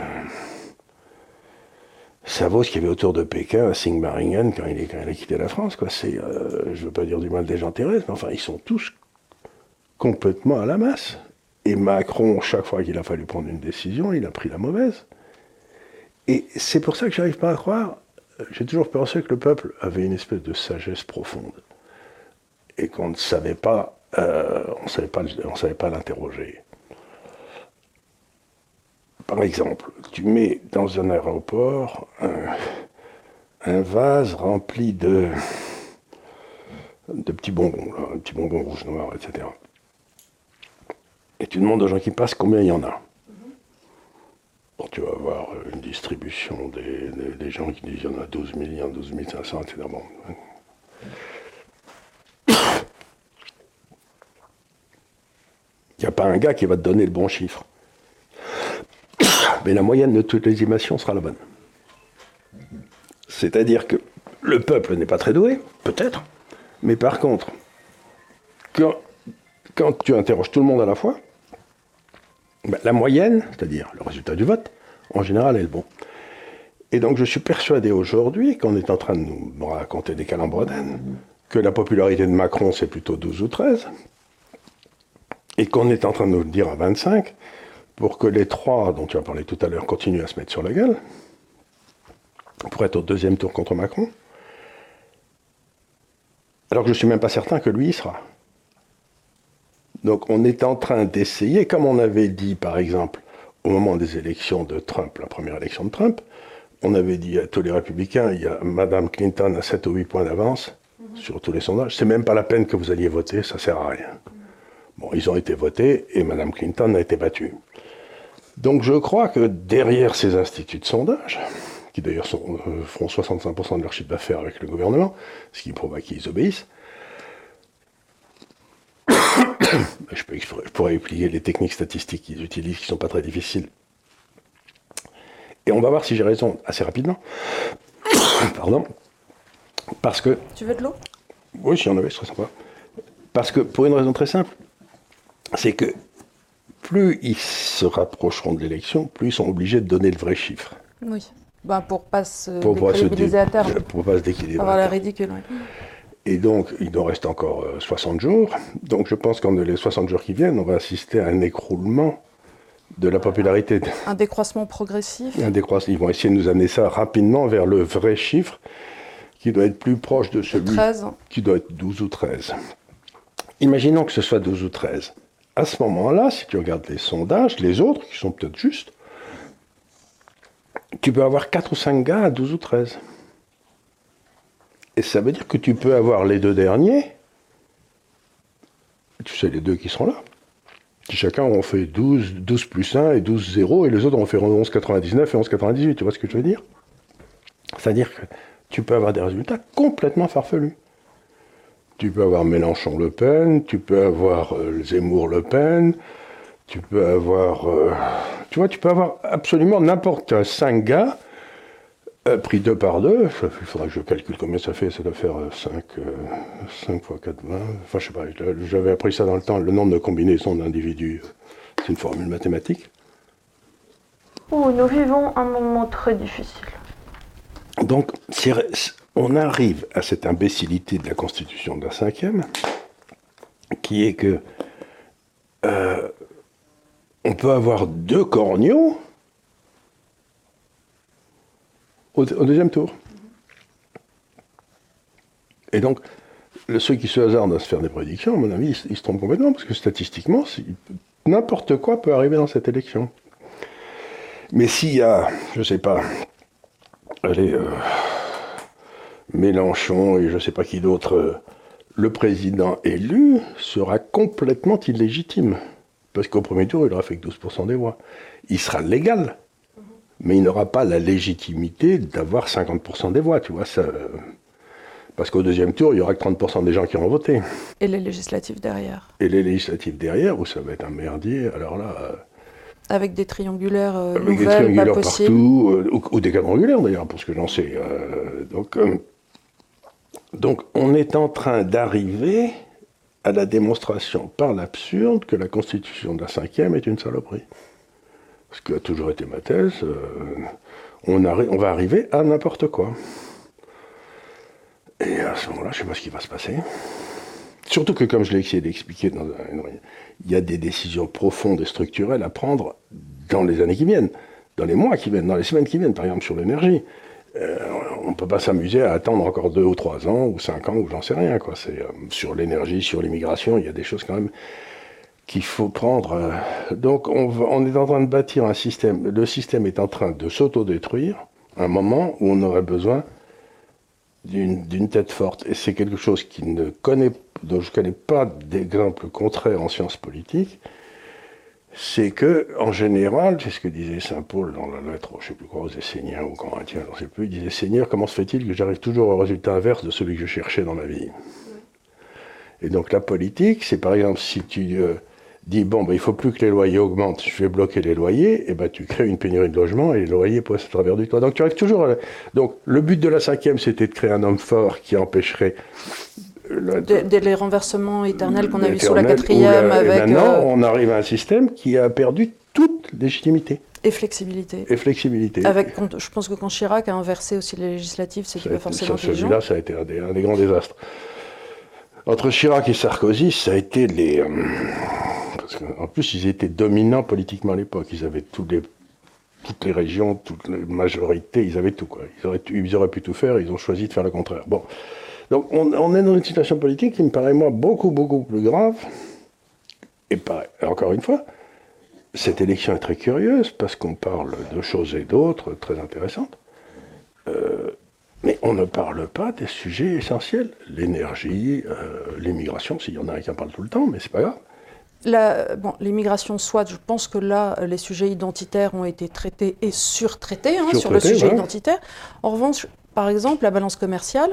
ça vaut ce qu'il y avait autour de Pékin à Sigmaringen quand il a quitté la France, quoi. Je ne veux pas dire du mal des gens terrestres, mais enfin, ils sont tous complètement à la masse. Et Macron, chaque fois qu'il a fallu prendre une décision, il a pris la mauvaise. Et c'est pour ça que je n'arrive pas à croire. J'ai toujours pensé que le peuple avait une espèce de sagesse profonde et qu'on ne savait pas, on savait pas l'interroger. Par exemple, tu mets dans un aéroport un vase rempli de petits bonbons, là, petits bonbons rouges, noirs, etc. Et tu demandes aux gens qui passent combien il y en a. Bon, tu vas avoir une distribution des gens qui disent il y en a 12 000, 12 500, etc. Bon. Il n'y a pas un gars qui va te donner le bon chiffre. Mais la moyenne de toutes les estimations sera la bonne. C'est-à-dire que le peuple n'est pas très doué, peut-être, mais par contre, quand tu interroges tout le monde à la fois, ben, la moyenne, c'est-à-dire le résultat du vote, en général est le bon. Et donc je suis persuadé aujourd'hui qu'on est en train de nous raconter des calembredaines, que la popularité de Macron c'est plutôt 12 ou 13, et qu'on est en train de nous le dire à 25, pour que les trois dont tu as parlé tout à l'heure continuent à se mettre sur la gueule, pour être au deuxième tour contre Macron, alors que je ne suis même pas certain que lui y sera. Donc on est en train d'essayer, comme on avait dit par exemple au moment des élections de Trump, la première élection de Trump, on avait dit à tous les républicains, il y a Mme Clinton à 7 ou 8 points d'avance sur tous les sondages, c'est même pas la peine que vous alliez voter, ça sert à rien. Bon, ils ont été votés et Mme Clinton a été battue. Donc je crois que derrière ces instituts de sondage, qui d'ailleurs font 65% de leur chiffre d'affaires avec le gouvernement, ce qui prouve qu'ils obéissent, je pourrais expliquer les techniques statistiques qu'ils utilisent, qui ne sont pas très difficiles. Et on va voir si j'ai raison assez rapidement. Pardon. Parce que... Tu veux de l'eau? Oui, si y en avait, ce serait sympa. Parce que, pour une raison très simple, c'est que plus ils se rapprocheront de l'élection, plus ils sont obligés de donner le vrai chiffre. Oui. Ben, pour pas se décrédibiliser à terme. Pour pas se déquilibrer. Avoir l'air ridicule. Oui. Et donc, il nous reste encore 60 jours. Donc, je pense qu'en les 60 jours qui viennent, on va assister à un écroulement de la popularité. Un décroissement progressif. Ils vont essayer de nous amener ça rapidement vers le vrai chiffre, qui doit être plus proche de celui 13. Qui doit être 12 ou 13. Imaginons que ce soit 12 ou 13. À ce moment-là, si tu regardes les sondages, les autres, qui sont peut-être justes, tu peux avoir 4 ou 5 gars à 12 ou 13. Et ça veut dire que tu peux avoir les deux derniers, tu sais, les deux qui seront là, qui chacun ont fait 12 plus 1 et 12,0, et les autres ont fait 11,99 et 11,98, tu vois ce que je veux dire? C'est-à-dire que tu peux avoir des résultats complètement farfelus. Tu peux avoir Mélenchon-Le Pen, tu peux avoir Zemmour-Le Pen, tu peux avoir... tu vois, tu peux avoir absolument n'importe 5 gars pris 2 par 2. Il faudra que je calcule combien ça fait. Ça doit faire 5 fois 4, 20. Enfin, je sais pas, j'avais appris ça dans le temps. Le nombre de combinaisons d'individus, c'est une formule mathématique. Oh, nous vivons un moment très difficile. Donc, on arrive à cette imbécilité de la Constitution de la 5e, qui est que on peut avoir 2 corneaux au deuxième tour. Et donc, ceux qui se hasardent à se faire des prédictions, à mon avis, ils se trompent complètement, parce que statistiquement, n'importe quoi peut arriver dans cette élection. Mais s'il y a, je ne sais pas, allez, Mélenchon et je ne sais pas qui d'autre, le président élu sera complètement illégitime. Parce qu'au premier tour, il aura fait que 12% des voix. Il sera légal, mais il n'aura pas la légitimité d'avoir 50% des voix, tu vois. Ça, parce qu'au deuxième tour, il n'y aura que 30% des gens qui auront voté. Et les législatives derrière. Et les législatives derrière, où ça va être un merdier, alors là... avec des triangulaires avec nouvelles, des triangulaires pas possibles. partout, ou des quadrangulaires d'ailleurs, pour ce que j'en sais. Donc on est en train d'arriver à la démonstration par l'absurde que la constitution de la 5e est une saloperie. Ce qui a toujours été ma thèse, on va arriver à n'importe quoi. Et à ce moment-là, je ne sais pas ce qui va se passer. Surtout que, comme je l'ai essayé d'expliquer, il y a des décisions profondes et structurelles à prendre dans les années qui viennent, dans les mois qui viennent, dans les semaines qui viennent, par exemple sur l'énergie. On ne peut pas s'amuser à attendre encore 2 ou 3 ans, ou 5 ans, ou j'en sais rien, quoi. Sur l'énergie, sur l'immigration, il y a des choses quand même qu'il faut prendre. Donc on est en train de bâtir un système, le système est en train de s'autodétruire, à un moment où on aurait besoin d'une tête forte. Et c'est quelque chose dont je ne connais pas d'exemple contraire en sciences politiques, c'est que, en général, c'est ce que disait saint Paul dans la lettre, je ne sais plus quoi, aux Esséniens ou Corinthiens, je ne sais plus, il disait « Seigneur, comment se fait-il que j'arrive toujours au résultat inverse de celui que je cherchais dans ma vie ?» Et donc la politique, c'est par exemple, si tu dis « Bon, il ne faut plus que les loyers augmentent, je vais bloquer les loyers », et tu crées une pénurie de logements et les loyers passent à travers du toit. Donc tu arrives toujours Donc le but de la 5e, c'était de créer un homme fort qui empêcherait... les renversements éternels qu'on a vus sous la 4e avec... Et maintenant, on arrive à un système qui a perdu toute légitimité. Et flexibilité. Je pense que quand Chirac a inversé aussi les législatives, c'était pas forcément intelligent. Celui-là, ça a été un des grands désastres. Entre Chirac et Sarkozy, ça a été les... parce qu'en plus, ils étaient dominants politiquement à l'époque. Ils avaient toutes les régions, toutes les majorités, ils avaient tout, quoi. Ils auraient pu tout faire, ils ont choisi de faire le contraire. Bon. Donc on est dans une situation politique qui me paraît, moi, beaucoup, beaucoup plus grave. Et encore une fois, cette élection est très curieuse parce qu'on parle de choses et d'autres très intéressantes. Mais on ne parle pas des sujets essentiels. L'énergie, l'immigration, s'il y en a un qui en parle tout le temps, mais c'est pas grave. L'immigration, soit, je pense que là, les sujets identitaires ont été traités et surtraités sur le sujet identitaire. En revanche, par exemple, la balance commerciale,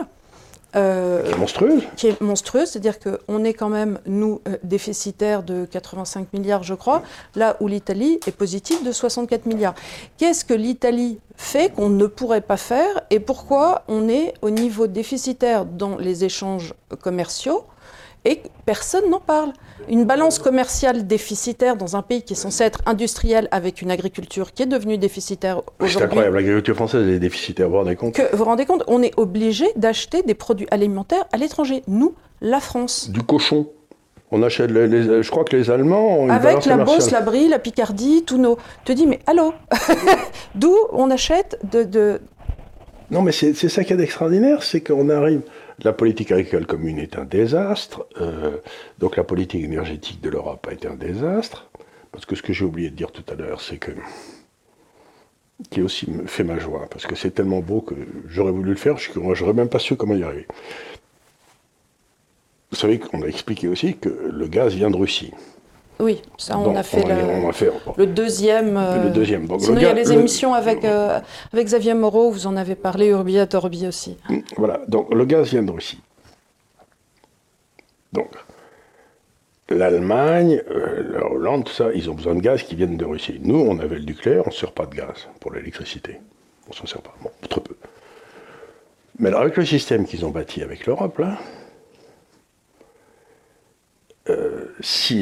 qui est monstrueuse, c'est-à-dire qu'on est quand même, nous, déficitaires de 85 milliards, je crois, là où l'Italie est positive de 64 milliards. Qu'est-ce que l'Italie fait qu'on ne pourrait pas faire et pourquoi on est au niveau déficitaire dans les échanges commerciaux et personne n'en parle? Une balance commerciale déficitaire dans un pays qui est censé être industriel avec une agriculture qui est devenue déficitaire aujourd'hui. C'est incroyable, l'agriculture française est déficitaire, vous vous rendez compte? Vous vous rendez compte? On est obligé d'acheter des produits alimentaires à l'étranger. Nous, la France. Du cochon. On achète, je crois que les Allemands ont une avec balance la commerciale. Beauce, la Brie, la Picardie, tous nos... Te dis, mais allô? D'où on achète de... Non, mais c'est ça qui est extraordinaire, c'est qu'on arrive... La politique agricole commune est un désastre, donc la politique énergétique de l'Europe a été un désastre, parce que ce que j'ai oublié de dire tout à l'heure, c'est que, qui aussi me fait ma joie, parce que c'est tellement beau que j'aurais voulu le faire, je n'aurais même pas su comment y arriver. Vous savez qu'on a expliqué aussi que le gaz vient de Russie. Oui, ça on a fait le deuxième. Le deuxième. Donc, sinon il y a les émissions avec Xavier Moreau, vous en avez parlé, Urbi et Orbi aussi. Voilà, donc le gaz vient de Russie. Donc l'Allemagne, la Hollande, tout ça, ils ont besoin de gaz qui viennent de Russie. Nous, on avait le nucléaire, on ne sert pas de gaz pour l'électricité. On s'en sert pas, bon, très peu. Mais alors avec le système qu'ils ont bâti avec l'Europe, là, si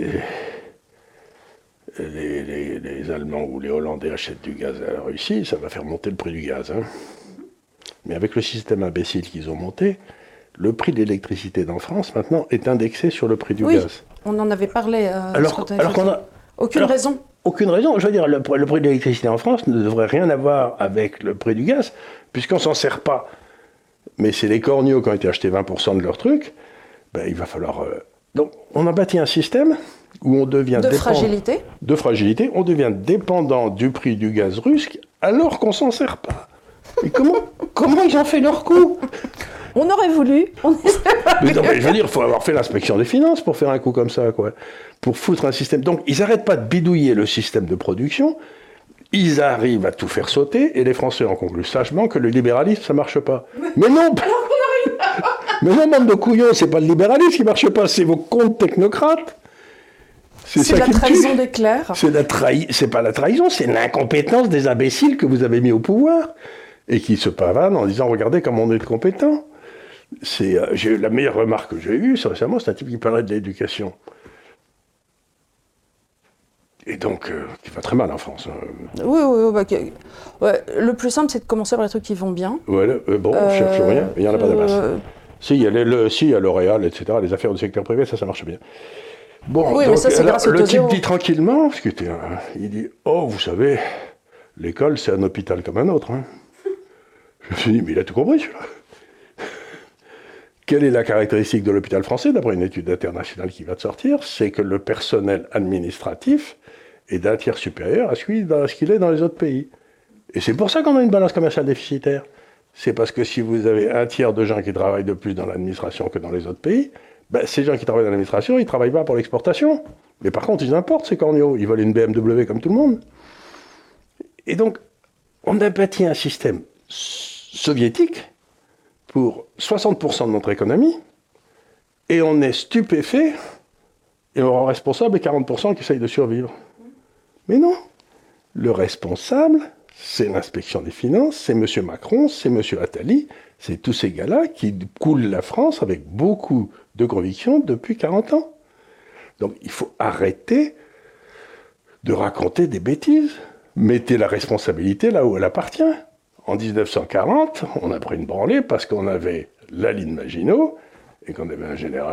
les Allemands ou les Hollandais achètent du gaz à la Russie, ça va faire monter le prix du gaz. Hein. Mais avec le système imbécile qu'ils ont monté, le prix de l'électricité dans France, maintenant, est indexé sur le prix du gaz. On en avait parlé. Alors qu'on a... Aucune raison. Aucune raison. Je veux dire, le prix de l'électricité en France ne devrait rien avoir avec le prix du gaz, puisqu'on ne s'en sert pas. Mais c'est les corneaux qui ont été achetés 20% de leur truc. il va falloir... Donc, on a bâti un système où on devient... De fragilité. De fragilité. On devient dépendant du prix du gaz russe alors qu'on s'en sert pas. Et comment ils ont fait leur coup? On aurait voulu. Mais non, mais je veux dire, il faut avoir fait l'inspection des finances pour faire un coup comme ça, quoi. Pour foutre un système. Donc, ils n'arrêtent pas de bidouiller le système de production. Ils arrivent à tout faire sauter, et les Français en concluent sagement que le libéralisme, ça marche pas. Mais non, mais non, bande de couillons, c'est pas le libéralisme qui marche pas, c'est vos comptes technocrates. C'est la trahison des clercs. C'est pas la trahison, c'est l'incompétence des imbéciles que vous avez mis au pouvoir et qui se pavanent en disant regardez comme on est compétent. La meilleure remarque que j'ai eue récemment, c'est un type qui parlait de l'éducation. Et donc, qui va très mal en France. Oui, ouais, le plus simple, c'est de commencer par les trucs qui vont bien. Ouais, on cherche rien, il n'y en a pas de masse. Si, il y a L'Oréal, etc., les affaires du secteur privé, ça marche bien. Bon, oui, donc, mais ça, c'est grâce au le type Tosero. dit tranquillement, il dit « Oh, vous savez, l'école, c'est un hôpital comme un autre. Hein. » Je me suis dit « Mais il a tout compris, celui-là. » Quelle est la caractéristique de l'hôpital français, d'après une étude internationale qui va de sortir? C'est que le personnel administratif est d'un tiers supérieur à ce qu'il est dans les autres pays. Et c'est pour ça qu'on a une balance commerciale déficitaire. C'est parce que si vous avez un tiers de gens qui travaillent de plus dans l'administration que dans les autres pays, ces gens qui travaillent dans l'administration, ils ne travaillent pas pour l'exportation. Mais par contre, ils importent ces corneaux. Ils veulent une BMW comme tout le monde. Et donc, on a bâti un système soviétique pour 60% de notre économie, et on est stupéfait, et on rend responsable les 40% qui essayent de survivre. Mais non, le responsable, c'est l'inspection des finances, c'est M. Macron, c'est M. Attali, c'est tous ces gars-là qui coulent la France avec beaucoup de conviction depuis 40 ans. Donc il faut arrêter de raconter des bêtises. Mettez la responsabilité là où elle appartient. En 1940, on a pris une branlée parce qu'on avait la ligne Maginot et qu'on avait un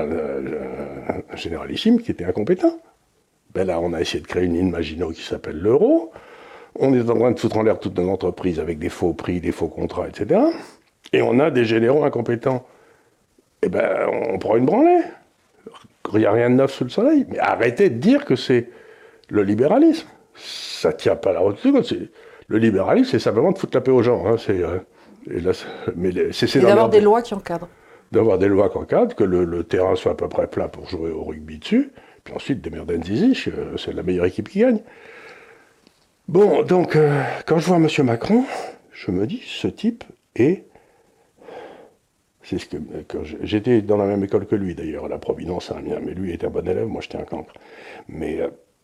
généralissime qui était incompétent. Là, on a essayé de créer une ligne Maginot qui s'appelle l'euro. On est en train de foutre en l'air toute notre entreprise avec des faux prix, des faux contrats, etc. Et on a des généraux incompétents. On prend une branlée. Il n'y a rien de neuf sous le soleil. Mais arrêtez de dire que c'est le libéralisme. Ça ne tient pas la route. Le libéralisme, c'est simplement de foutre la paix aux gens. Hein. Et d'avoir des lois qui encadrent. D'avoir des lois qui encadrent, que le terrain soit à peu près plat pour jouer au rugby dessus. Puis ensuite, des merdes zizi, c'est la meilleure équipe qui gagne. Bon, donc, quand je vois M. Macron, je me dis, ce type est... C'est ce que j'étais dans la même école que lui, d'ailleurs, à la Providence à Amiens, mais lui était un bon élève, moi j'étais un cancre. Mais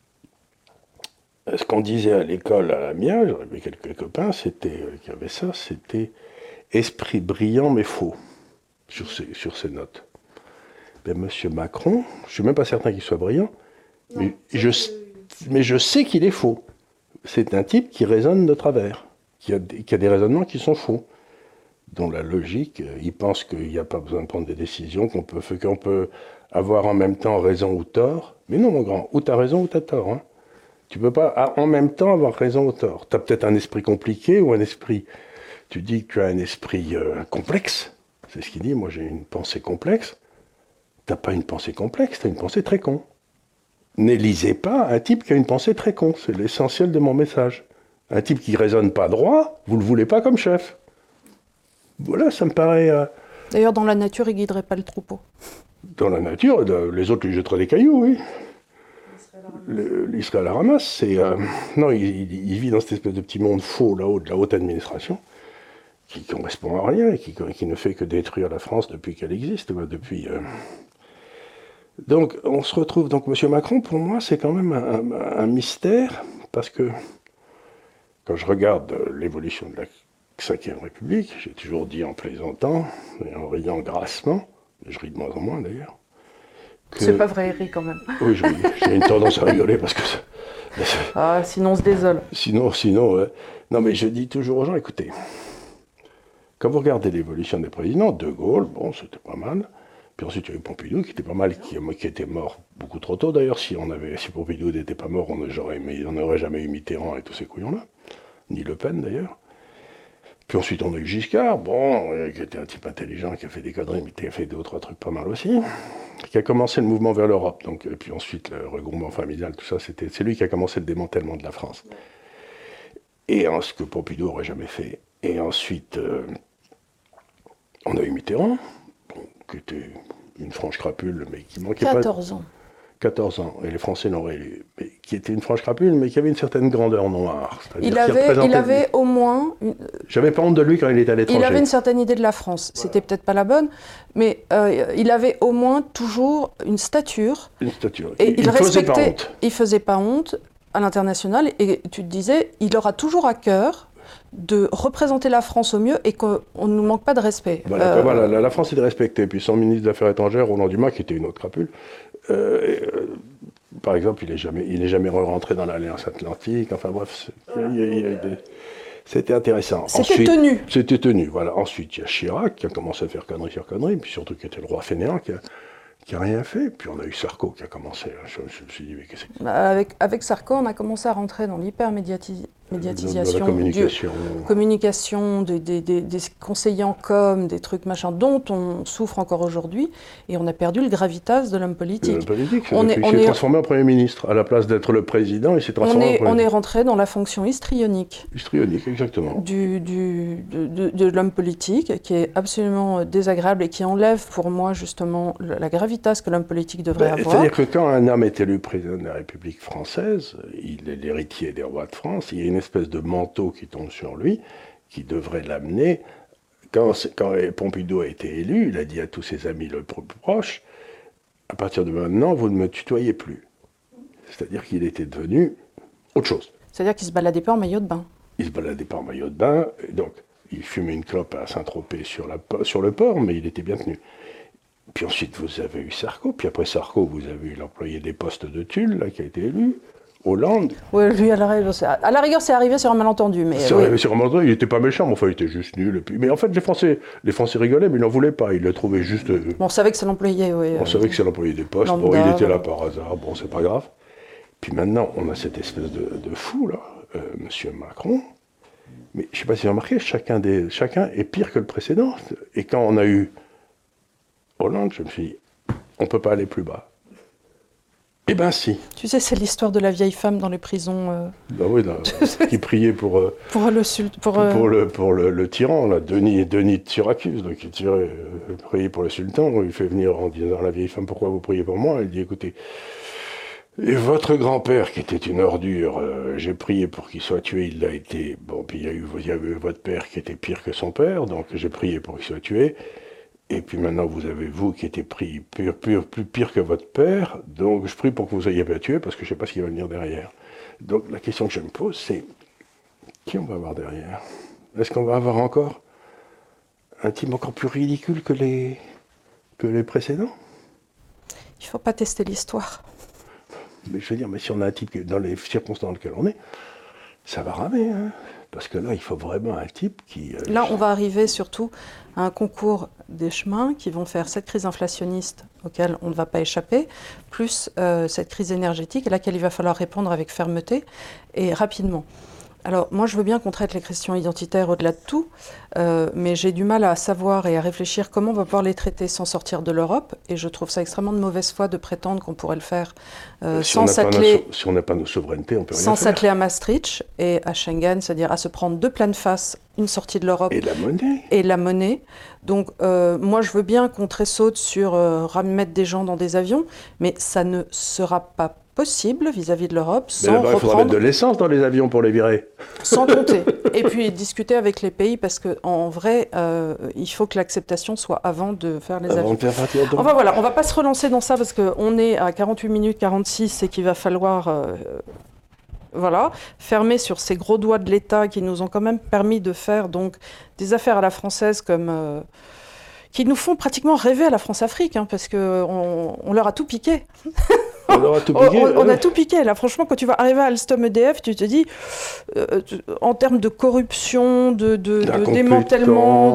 ce qu'on disait à l'école à Amiens, j'avais quelques copains qui avaient ça, c'était esprit brillant mais faux, sur ses notes. M. Macron, je ne suis même pas certain qu'il soit brillant, mais je sais qu'il est faux. C'est un type qui raisonne de travers, qui a des raisonnements qui sont faux, dont la logique, il pense qu'il n'y a pas besoin de prendre des décisions, qu'on peut avoir en même temps raison ou tort. Mais non, mon grand, ou tu as raison ou tu as tort. Hein. Tu ne peux pas en même temps avoir raison ou tort. Tu as peut-être un esprit compliqué ou un esprit... Tu dis que tu as un esprit complexe, c'est ce qu'il dit, moi j'ai une pensée complexe. Tu n'as pas une pensée complexe, tu as une pensée très con. N'élisez pas un type qui a une pensée très con, c'est l'essentiel de mon message. Un type qui ne raisonne pas droit, vous ne le voulez pas comme chef. Voilà, ça me paraît... D'ailleurs, dans la nature, il ne guiderait pas le troupeau. Dans la nature, les autres lui jetteraient des cailloux, oui. Il serait à la ramasse. Non, il vit dans cette espèce de petit monde faux, là-haut, de la haute administration, qui ne correspond à rien, et qui ne fait que détruire la France depuis qu'elle existe. Donc, on se retrouve... Donc, M. Macron, pour moi, c'est quand même un mystère, parce que quand je regarde l'évolution de la Ve République, j'ai toujours dit en plaisantant, et en riant grassement, je ris de moins en moins d'ailleurs. C'est pas vrai, il rit quand même. Oui, j'ai une tendance à rigoler parce que... sinon on se désole. Sinon, non mais je dis toujours aux gens, écoutez, quand vous regardez l'évolution des présidents, De Gaulle, bon, c'était pas mal. Puis ensuite, il y a eu Pompidou, qui était pas mal, qui était mort beaucoup trop tôt d'ailleurs. Si Pompidou n'était pas mort, on n'aurait jamais eu Mitterrand et tous ces couillons-là. Ni Le Pen d'ailleurs. Puis ensuite, on a eu Giscard, qui était un type intelligent, qui a fait des conneries, mais qui a fait 2 ou 3 trucs pas mal aussi, qui a commencé le mouvement vers l'Europe. Donc, et puis ensuite, le regroupement familial, tout ça, c'est lui qui a commencé le démantèlement de la France. Et ce que Pompidou n'aurait jamais fait. Et ensuite, on a eu Mitterrand, qui était une franche crapule, mais qui manquait 14 ans. 14 ans, et les Français l'ont réélu. Mais qui était une franche crapule, mais qui avait une certaine grandeur noire. Il avait au moins... J'avais pas honte de lui quand il était à l'étranger. Il avait une certaine idée de la France. Voilà. C'était peut-être pas la bonne, mais il avait au moins toujours une stature. Une stature. Et il faisait pas honte. Il faisait pas honte à l'international, et tu te disais, il aura toujours à cœur de représenter la France au mieux et qu'on ne nous manque pas de respect. Voilà, la France est respectée. Puis son ministre des Affaires étrangères, Roland Dumas, qui était une autre crapule, par exemple, il n'est jamais rentré dans l'Alliance Atlantique. Enfin bref, c'était intéressant. C'était tenu, voilà. Ensuite, il y a Chirac qui a commencé à faire connerie sur connerie, puis surtout qui était le roi fainéant qui a rien fait. Puis on a eu Sarko qui a commencé. Je me suis dit, mais qu'est-ce que c'est ? Avec Sarko, on a commencé à rentrer dans l'hypermédiatisation, de la communication des conseillers en com, des trucs machin, dont on souffre encore aujourd'hui, et on a perdu le gravitas de l'homme politique. L'homme politique, il s'est transformé en Premier ministre. À la place d'être le président, il s'est transformé en Premier ministre. On est rentré dans la fonction histrionique. Histrionique, exactement. De l'homme politique, qui est absolument désagréable et qui enlève pour moi justement la gravitas que l'homme politique devrait avoir. C'est-à-dire que quand un homme est élu président de la République française, il est l'héritier des rois de France, il y a une espèce de manteau qui tombe sur lui, qui devrait l'amener. Quand Pompidou a été élu, il a dit à tous ses amis le plus proches, à partir de maintenant, vous ne me tutoyez plus. C'est-à-dire qu'il était devenu autre chose. C'est-à-dire qu'il ne se baladait pas en maillot de bain. Il ne se baladait pas en maillot de bain, donc il fumait une clope à Saint-Tropez sur le port, mais il était bien tenu. Puis ensuite, vous avez eu Sarko, puis après Sarko, vous avez eu l'employé des postes de Tulle, là, qui a été élu. Hollande. Oui, lui, à la rigueur, c'est arrivé sur un malentendu. C'est arrivé sur un malentendu, il n'était pas méchant, mais enfin, il était juste nul. Mais en fait, les Français rigolaient, mais ils n'en voulaient pas. Ils le trouvaient juste. On savait que c'est l'employé, oui. On savait que c'est l'employé des postes. Il était là par hasard, c'est pas grave. Puis maintenant, on a cette espèce de fou, là, Monsieur Macron. Mais je ne sais pas si vous avez remarqué, chacun est pire que le précédent. Et quand on a eu Hollande, je me suis dit, on ne peut pas aller plus bas. Eh ben si. Tu sais, c'est l'histoire de la vieille femme dans les prisons. Qui priait pour le tyran, là, Denis de Syracuse, donc il priait pour le sultan. Il fait venir en disant à la vieille femme, pourquoi vous priez pour moi ? Elle dit, écoutez, et votre grand-père qui était une ordure, j'ai prié pour qu'il soit tué, il l'a été. Bon, puis il y a eu votre père qui était pire que son père, donc j'ai prié pour qu'il soit tué. Et puis maintenant, vous avez vous qui était plus pire que votre père, donc je prie pour que vous soyez pas tué, parce que je ne sais pas ce qui va venir derrière. Donc la question que je me pose, c'est qui on va avoir derrière ? Est-ce qu'on va avoir encore un type encore plus ridicule que les précédents ? Il ne faut pas tester l'histoire. Mais je veux dire, mais si on a un type dans les circonstances dans lesquelles on est, ça va ramer, hein. Parce que là, il faut vraiment un type qui... Là, on va arriver surtout à un concours des chemins qui vont faire cette crise inflationniste auquel on ne va pas échapper, plus cette crise énergétique à laquelle il va falloir répondre avec fermeté et rapidement. Alors, moi, je veux bien qu'on traite les questions identitaires au-delà de tout, mais j'ai du mal à savoir et à réfléchir comment on va pouvoir les traiter sans sortir de l'Europe, et je trouve ça extrêmement de mauvaise foi de prétendre qu'on pourrait le faire sans s'atteler... Si on n'a pas nos souverainetés, on peut rien sans faire. s'atteler à Maastricht et à Schengen, c'est-à-dire à se prendre de pleine face une sortie de l'Europe... Et la monnaie. Et la monnaie. Donc, moi, je veux bien qu'on tressaute sur remettre des gens dans des avions, mais ça ne sera pas possible vis-à-vis de l'Europe sans reprendre... Il faudra mettre de l'essence dans les avions pour les virer. Sans compter. Et puis discuter avec les pays, parce qu'en vrai, il faut que l'acceptation soit avant de faire les avions. Enfin voilà, on ne va pas se relancer dans ça, parce qu'on est à 48 minutes 46 et qu'il va falloir... fermer sur ces gros doigts de l'État qui nous ont quand même permis de faire donc, des affaires à la française comme... qui nous font pratiquement rêver à la France-Afrique, hein, parce qu'on leur a tout piqué. On a tout piqué. Là, franchement, quand tu vas arriver à Alstom EDF, tu te dis, en termes de corruption, de démantèlement,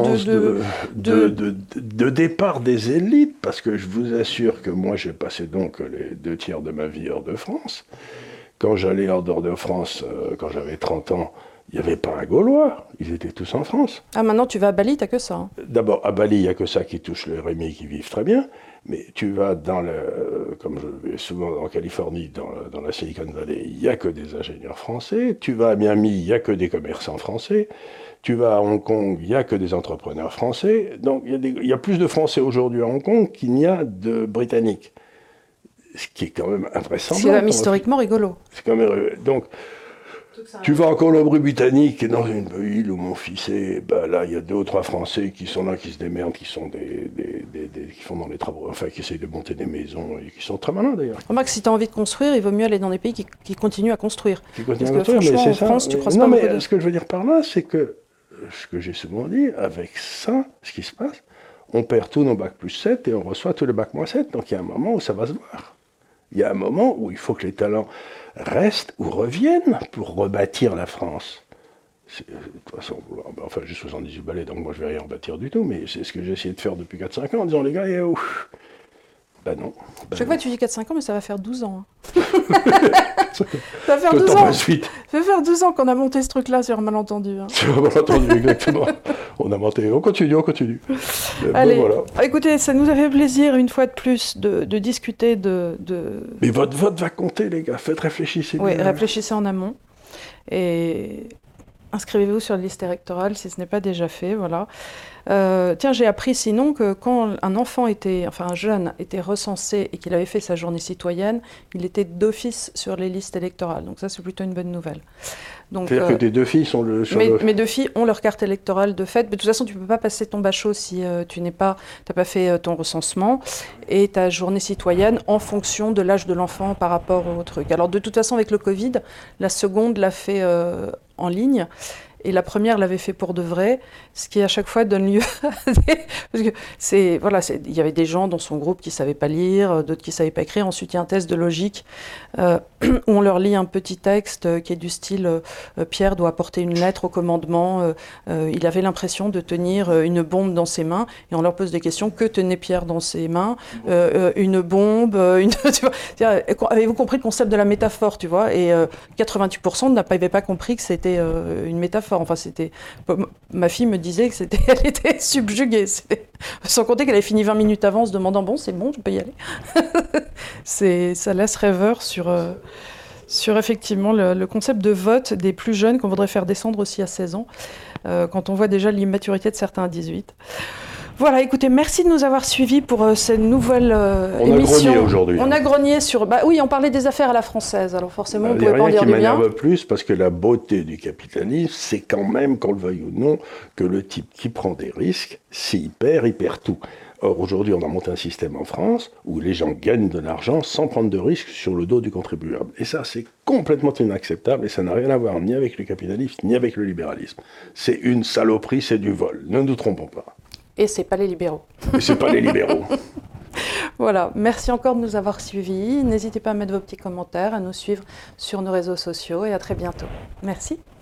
de départ des élites, parce que je vous assure que moi, j'ai passé donc les 2/3 de ma vie hors de France. Quand j'allais hors de France, quand j'avais 30 ans, Il n'y avait pas un Gaulois, ils étaient tous en France. Ah, maintenant tu vas à Bali, t'as que ça. Hein. D'abord, à Bali, il n'y a que ça qui touche le RMI, qui vivent très bien. Mais tu vas comme je vais souvent en Californie, dans la Silicon Valley, il n'y a que des ingénieurs français. Tu vas à Miami, il n'y a que des commerçants français. Tu vas à Hong Kong, il n'y a que des entrepreneurs français. Donc il y a plus de Français aujourd'hui à Hong Kong qu'il n'y a de Britanniques. Ce qui est quand même invraisemblable. C'est même historiquement rigolo. C'est quand même, donc, tu vas en Colombie-Britannique, dans une île où mon fils est, ben là, il y a 2 ou 3 Français qui sont là, qui se démerdent, qui sont qui font dans les travaux, enfin, qui essayent de monter des maisons, et qui sont très malins d'ailleurs. Remarque, si tu as envie de construire, il vaut mieux aller dans des pays qui continuent à construire. Qui continuent à construire, mais c'est ça. France, tu croises non, pas mais ce que je veux dire par là, c'est que, ce que j'ai souvent dit, avec ça, ce qui se passe, on perd tous nos bacs plus 7 et on reçoit tous les bacs moins 7. Donc il y a un moment où ça va se voir. Il y a un moment où il faut que les talents restent ou reviennent pour rebâtir la France. De toute façon, enfin j'ai 78 balais, donc moi je vais rien rebâtir du tout, mais c'est ce que j'ai essayé de faire depuis 4-5 ans en disant les gars, ben non. Chaque fois tu dis 4-5 ans, mais ça va faire 12 ans. Hein. Ça va faire 12 ans. Ça va faire 12 ans qu'on a monté ce truc-là sur un malentendu. Hein. Sur un malentendu, exactement. On continue. Allez, voilà. Écoutez, ça nous a fait plaisir une fois de plus de discuter de... Mais votre vote va compter, les gars. Réfléchissez bien. Oui, réfléchissez en amont. Et inscrivez-vous sur la liste électorale si ce n'est pas déjà fait, voilà. Tiens, j'ai appris sinon que quand un jeune était recensé et qu'il avait fait sa journée citoyenne, il était d'office sur les listes électorales. Donc ça, c'est plutôt une bonne nouvelle. C'est-à-dire que tes 2 filles sont mes 2 filles ont leur carte électorale de fait. Mais de toute façon, tu ne peux pas passer ton bachot si tu n'as pas fait ton recensement et ta journée citoyenne en fonction de l'âge de l'enfant par rapport au truc. Alors de toute façon, avec le Covid, la seconde l'a fait en ligne. Et la première l'avait fait pour de vrai, ce qui à chaque fois donne lieu à des... Parce que il y avait des gens dans son groupe qui ne savaient pas lire, d'autres qui ne savaient pas écrire. Ensuite, il y a un test de logique où on leur lit un petit texte qui est du style Pierre doit apporter une lettre au commandement. Il avait l'impression de tenir une bombe dans ses mains et on leur pose des questions. Que tenait Pierre dans ses mains Une bombe tu vois, avez-vous compris le concept de la métaphore, tu vois? Et 88% n'avaient pas compris que c'était une métaphore. Enfin, ma fille me disait que elle était subjuguée. Sans compter qu'elle avait fini 20 minutes avant en se demandant bon, c'est bon, je peux y aller. Ça laisse rêveur sur effectivement le concept de vote des plus jeunes qu'on voudrait faire descendre aussi à 16 ans, quand on voit déjà l'immaturité de certains à 18. Voilà, écoutez, merci de nous avoir suivis pour cette nouvelle émission. On a grogné aujourd'hui. On a grogné sur... oui, on parlait des affaires à la française, alors forcément, on ne pouvait pas en dire du bien. Il y a rien qui m'énerve plus, parce que la beauté du capitalisme, c'est quand même, qu'on le veuille ou non, que le type qui prend des risques, s'il perd, il perd tout. Or, aujourd'hui, on a monté un système en France où les gens gagnent de l'argent sans prendre de risques sur le dos du contribuable. Et ça, c'est complètement inacceptable et ça n'a rien à voir ni avec le capitalisme, ni avec le libéralisme. C'est une saloperie, c'est du vol. Ne nous trompons pas. Et c'est pas les libéraux. Et c'est pas les libéraux. Voilà, merci encore de nous avoir suivis. N'hésitez pas à mettre vos petits commentaires, à nous suivre sur nos réseaux sociaux et à très bientôt. Merci.